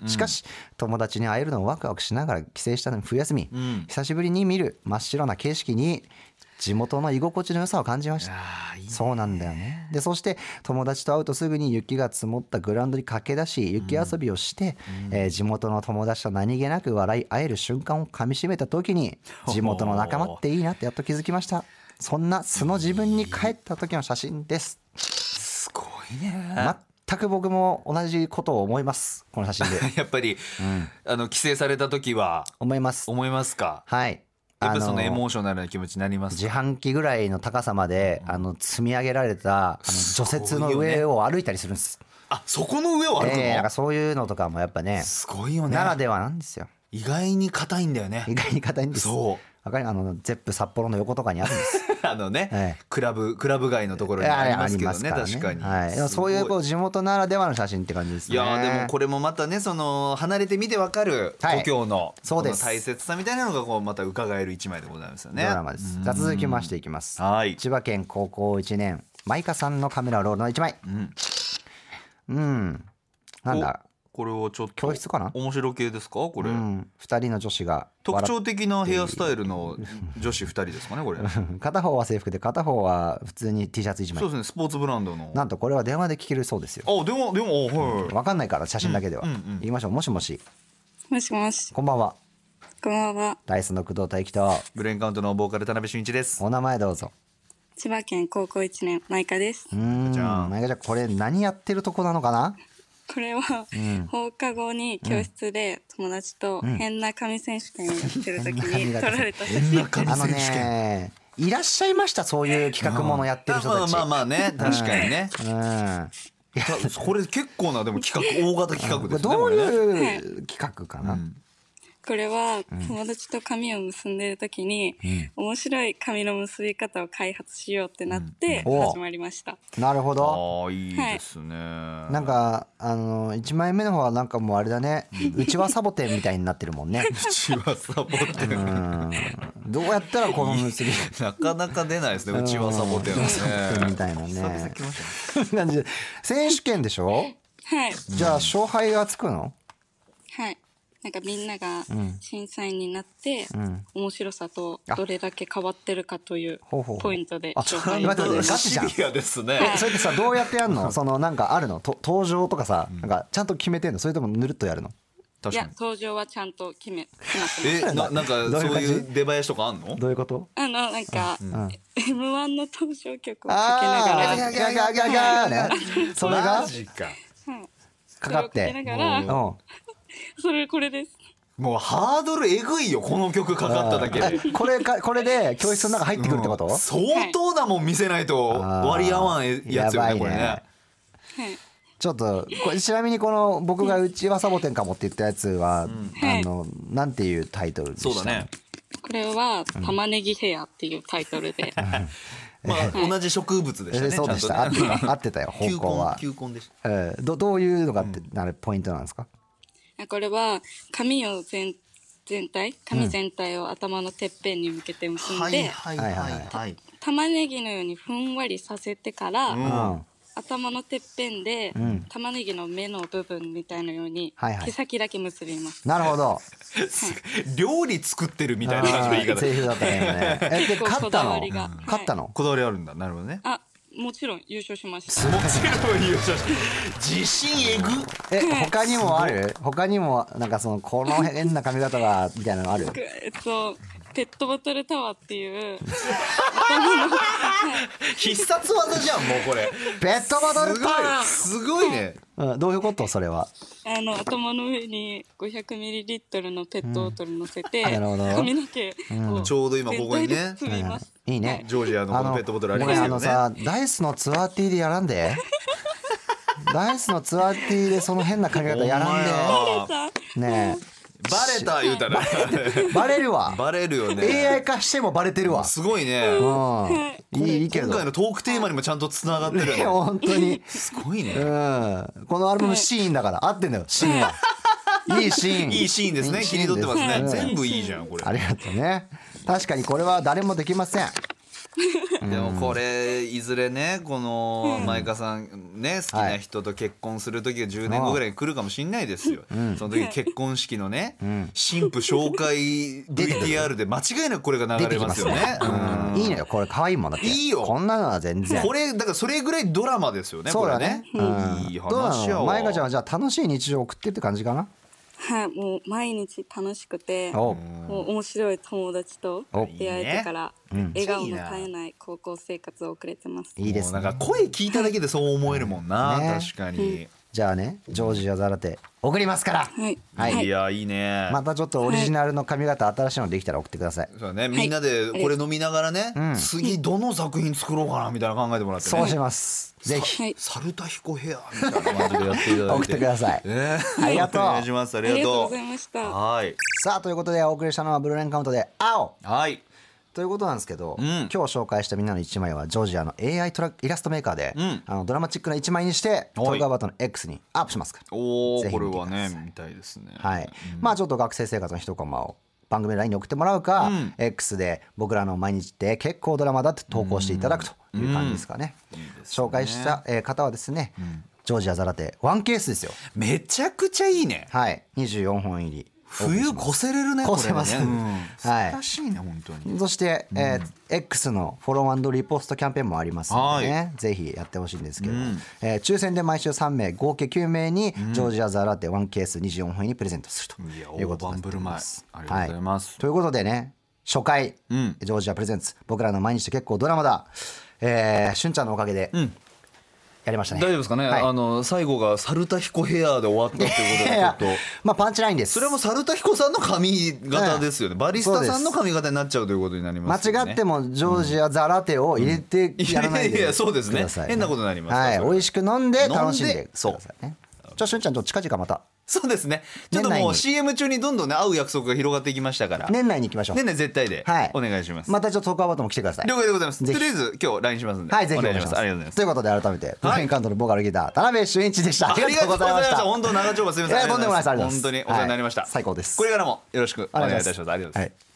S2: しかし友達に会えるのをワクワクしながら帰省したのに冬休み、久しぶりに見る真っ白な景色に地元の居心地の良さを感じました。そうなんだよね。でそして友達と会うとすぐに雪が積もったグラウンドに駆け出し雪遊びをして、地元の友達と何気なく笑い合える瞬間をかみしめた時に地元の仲間っていいなってやっと気づきました。そんな素の自分に帰った時の写真です。
S3: すごいね。
S2: 全く僕も同じことを思いますこの写真で
S3: やっぱり、帰省された時は
S2: 思います
S3: か。
S2: はい。
S3: やっぱそのエモーショナルな気持ちになります。
S2: 自販機ぐらいの高さまで積み上げられた除雪の上を歩いたりするんです。
S3: そこの上を歩くの？
S2: なんかそういうのとかもやっぱね
S3: すごいよね。
S2: ならではなんですよ。
S3: 意外に硬いんだよね。
S2: 意外に硬いんです。
S3: そう。
S2: わかる。ゼップ札幌の横とかにあるんです。
S3: クラブ街のところにありますけどね。確かに。
S2: そういう地元ならではの写真って感じですね。
S3: いやでもこれもまたね離れてみてわかる故郷の大切さみたいなのがまた伺える一枚でございますよね。
S2: ドラマです。じゃあ続きましていきます。千葉県高校1年マイカさんのカメラロールの1枚。なんだ
S3: これはちょっと
S2: 教室かな。
S3: 面白系ですかこれ。
S2: 2人の女子が
S3: 特徴的なヘアスタイルの女子2人ですかねこれ。
S2: 片方は制服で片方は普通に T シャツ1枚。
S3: そうですね。スポーツブランドの。
S2: なんとこれは電話で聞けるそうですよ。
S3: でも
S2: 分かんないから写真だけでは。行きましょう。もしもし。
S5: もしもし。
S2: こんばんは。
S5: こんばんは。
S2: ダイスの工藤大輝と
S3: ブレインカウントのボーカル田辺俊一です。
S2: お名前どうぞ。
S5: 千葉県高校1年マイカです。
S2: マイカちゃんこれ何やってるとこなのかな。
S5: これは放課後に教室で友達と変な紙選手権をやってる時に撮られた写真。
S2: あのね、いらっしゃいました、そういう企画ものやってる人たち。
S3: まあまあね、確かにね。これ結構なでも企画、大型企画ですね。
S2: どういう企画かな。
S5: これは友達と髪を結んでる時に面白い髪の結び方を開発しようってなって始まりました。
S2: なるほど。
S3: ああ、いいですね。
S2: なんか1枚目の方はなんかもうあれだね、うちわサボテンみたいになってるもんね。
S3: うちわサボテン。
S2: どうやったらこの結び
S3: なかなか出ないですね、うちわサボテンはね。
S2: みたいなね。感じで選手権でしょ。
S5: はい。
S2: じゃあ勝敗がつくの？
S5: はい。なんかみんなが審査員になって面白さとどれだけ変わってるかというポイントで勝敗を。
S2: 待ってガチじゃん。
S3: シビアですね。
S2: それってさ、どうやってやんの？そのなんかあるの？登場とかさ、なんかちゃんと決めてんの？それともぬるっとやるの？
S5: いや、登場はちゃんと決まって
S3: ます。なんかそういう出囃子とかあんの？
S2: どういうこと？
S5: なんか M1 の登場曲をかけながら、
S2: それがかかって、
S5: これです。
S3: もうハードルえぐいよ、この曲かかっただけで。
S2: これで教室の中入ってくるってこと？
S3: 相当なもん見せないと割り合わんやつよね、これね。
S2: ちょっとこれちなみにこの僕がうちわサボテンかもって言ったやつはなんていうタイトルでした？
S3: そうだね。
S5: これは玉ねぎヘアっていうタイトルで。
S3: まあ同じ植物でしたね。
S2: そうでした。合ってたよ、方向は。
S3: 球根でした。
S2: どういうのがポイントなんですか？
S5: これは髪全体を頭のてっぺんに向けて結んで、玉ねぎのようにふんわりさせてから、頭のてっぺんで玉ねぎの芽の部分みたいなように毛先だけ結びます。
S2: なるほど。
S3: 料理作ってるみたいな感じの言い方。
S2: セリフだったね。で勝ったの？
S3: こだわりあるんだ。なるほどね。
S5: もちろん優勝しました。
S3: もちろん優勝し自信えぐ。
S2: 他にもある？他にもなんかこの変な髪型がみたいなのある？
S5: ペットボトルタワーっていう
S3: 必殺技じゃん、もうこれ。
S2: ペットボトルタワー
S3: すごいね。
S2: どういうこと？それは
S5: 頭の上に500ミリリットルのペットボトル乗せて、髪の毛を
S3: ちょうど今ここにね、
S2: いいね。
S3: ジョージアのこのペットボトルありますけどね。
S2: さ、ダイスのツアー T でやらんで。ダイスのツアー T でその変な髪型やらんで。ねえ。
S3: バレた言うたら
S2: バレるわ。
S3: バレるよね。
S2: AI 化してもバレてるわ。
S3: すごいね。
S2: いいけど
S3: 今回のトークテーマにもちゃんとつながってるね。
S2: 本当に
S3: すごいね。
S2: このアルバムシーンだから合ってんだよ。シーンは。いいシーン。
S3: いいシーンですね。切り取ってますね。全部いいじゃんこれ。
S2: ありがとうね。確かにこれは誰もできません。
S3: でもこれいずれね、このマイカさんね、好きな人と結婚する時が10年後ぐらいに来るかもしんないですよ。その時結婚式のね、新婦紹介 VTR で間違いなくこれが流れますよね。
S2: いいのよ、これ可愛いもんだって。いいよ、こんなのは全然。
S3: これだからそれぐらいドラマですよね。
S2: そうだね。
S3: いい話やわ。
S2: マイカちゃんはじゃあ楽しい日常を送ってるって感じかな？
S5: はい、もう毎日楽しくて、もう面白い友達と出会えてから笑顔の絶えない高校生活を送れてます。
S2: いいですね。
S3: なんか声聞いただけでそう思えるもんな。確かに。
S2: じゃあね、ジョージアザラテ送りますから。
S5: はい。
S3: いやいいね。
S2: またちょっとオリジナルの髪型新しいのできたら送ってください。
S3: そうね、みんなでこれ飲みながらね、次どの作品作ろうかなみたいな考えてもらってね。
S2: そうします。ぜひ
S3: サルタヒコヘアみたいな感じでやっていただいて
S2: 送ってください。ありがとう。
S3: お願いします。ありがとう。
S5: ありがとうございました。
S3: はい。
S2: さあということでお送りしたのはブルーレンカウントで青。
S3: はい。
S2: ということなんですけど、今日紹介したみんなの1枚はジョージアの AI イラストメーカーで、ドラマチックな1枚にしてトークアバウトの X にアップしますから。
S3: おお、これはね見たいですね。
S2: はい。まあちょっと学生生活の一コマを番組 LINE に送ってもらうか、X で僕らの毎日って結構ドラマだって投稿していただくという感じですかね。紹介した方はですね、ジョージアザラテワンケースですよ。
S3: めちゃくちゃいいね。
S2: はい。24本入り。
S3: 冬越せれるね。
S2: 越せます。
S3: 素晴らしいね本当に。
S2: そして、X のフォロー&リポストキャンペーンもありますのでね、ぜひやってほしいんですけど、抽選で毎週3名合計9名にジョージアザラテワンケース24本入りプレゼントするということになっています。
S3: ありがとうございます。
S2: ということでね、初回、ジョージアプレゼンツ僕らの毎日って結構ドラマだ、しゅんちゃんのおかげで、 やりましたね。
S3: 大丈夫ですかね、はい、最後がサルタヒコヘアで終わったっていうことでちょっと
S2: まあパンチラインです。
S3: それはもうサルタヒコさんの髪型ですよね、バリスタさんの髪型になっちゃうということになりますよね。
S2: 間違ってもジョージアザラテを入れてやらないでくださいね。
S3: いやそうですね、変なことになります。
S2: はい、美味しく飲んで楽しんでくださいね。じゃあしゅんちゃんと近々また。
S3: そうですね、ちょっともう CM 中にどんどんね会う約束が広がっていきましたから
S2: 年内に行きましょう。
S3: 年内絶対でお願いします。
S2: またちょっとトークアバウトも来てください。
S3: 了解でございます。とりあえず今日 LINE しますんで、
S2: はいぜひお願いします。ありがとうございます。ということで改めてプロペンカントのボーカルギター田辺俊一でした。ありがとうございました。
S3: 本当長丁場すみません。
S2: とんでもないです。
S3: 本当にお世話になりました。
S2: 最高です。
S3: これからもよろしくお願いいたします。ありがとうございます。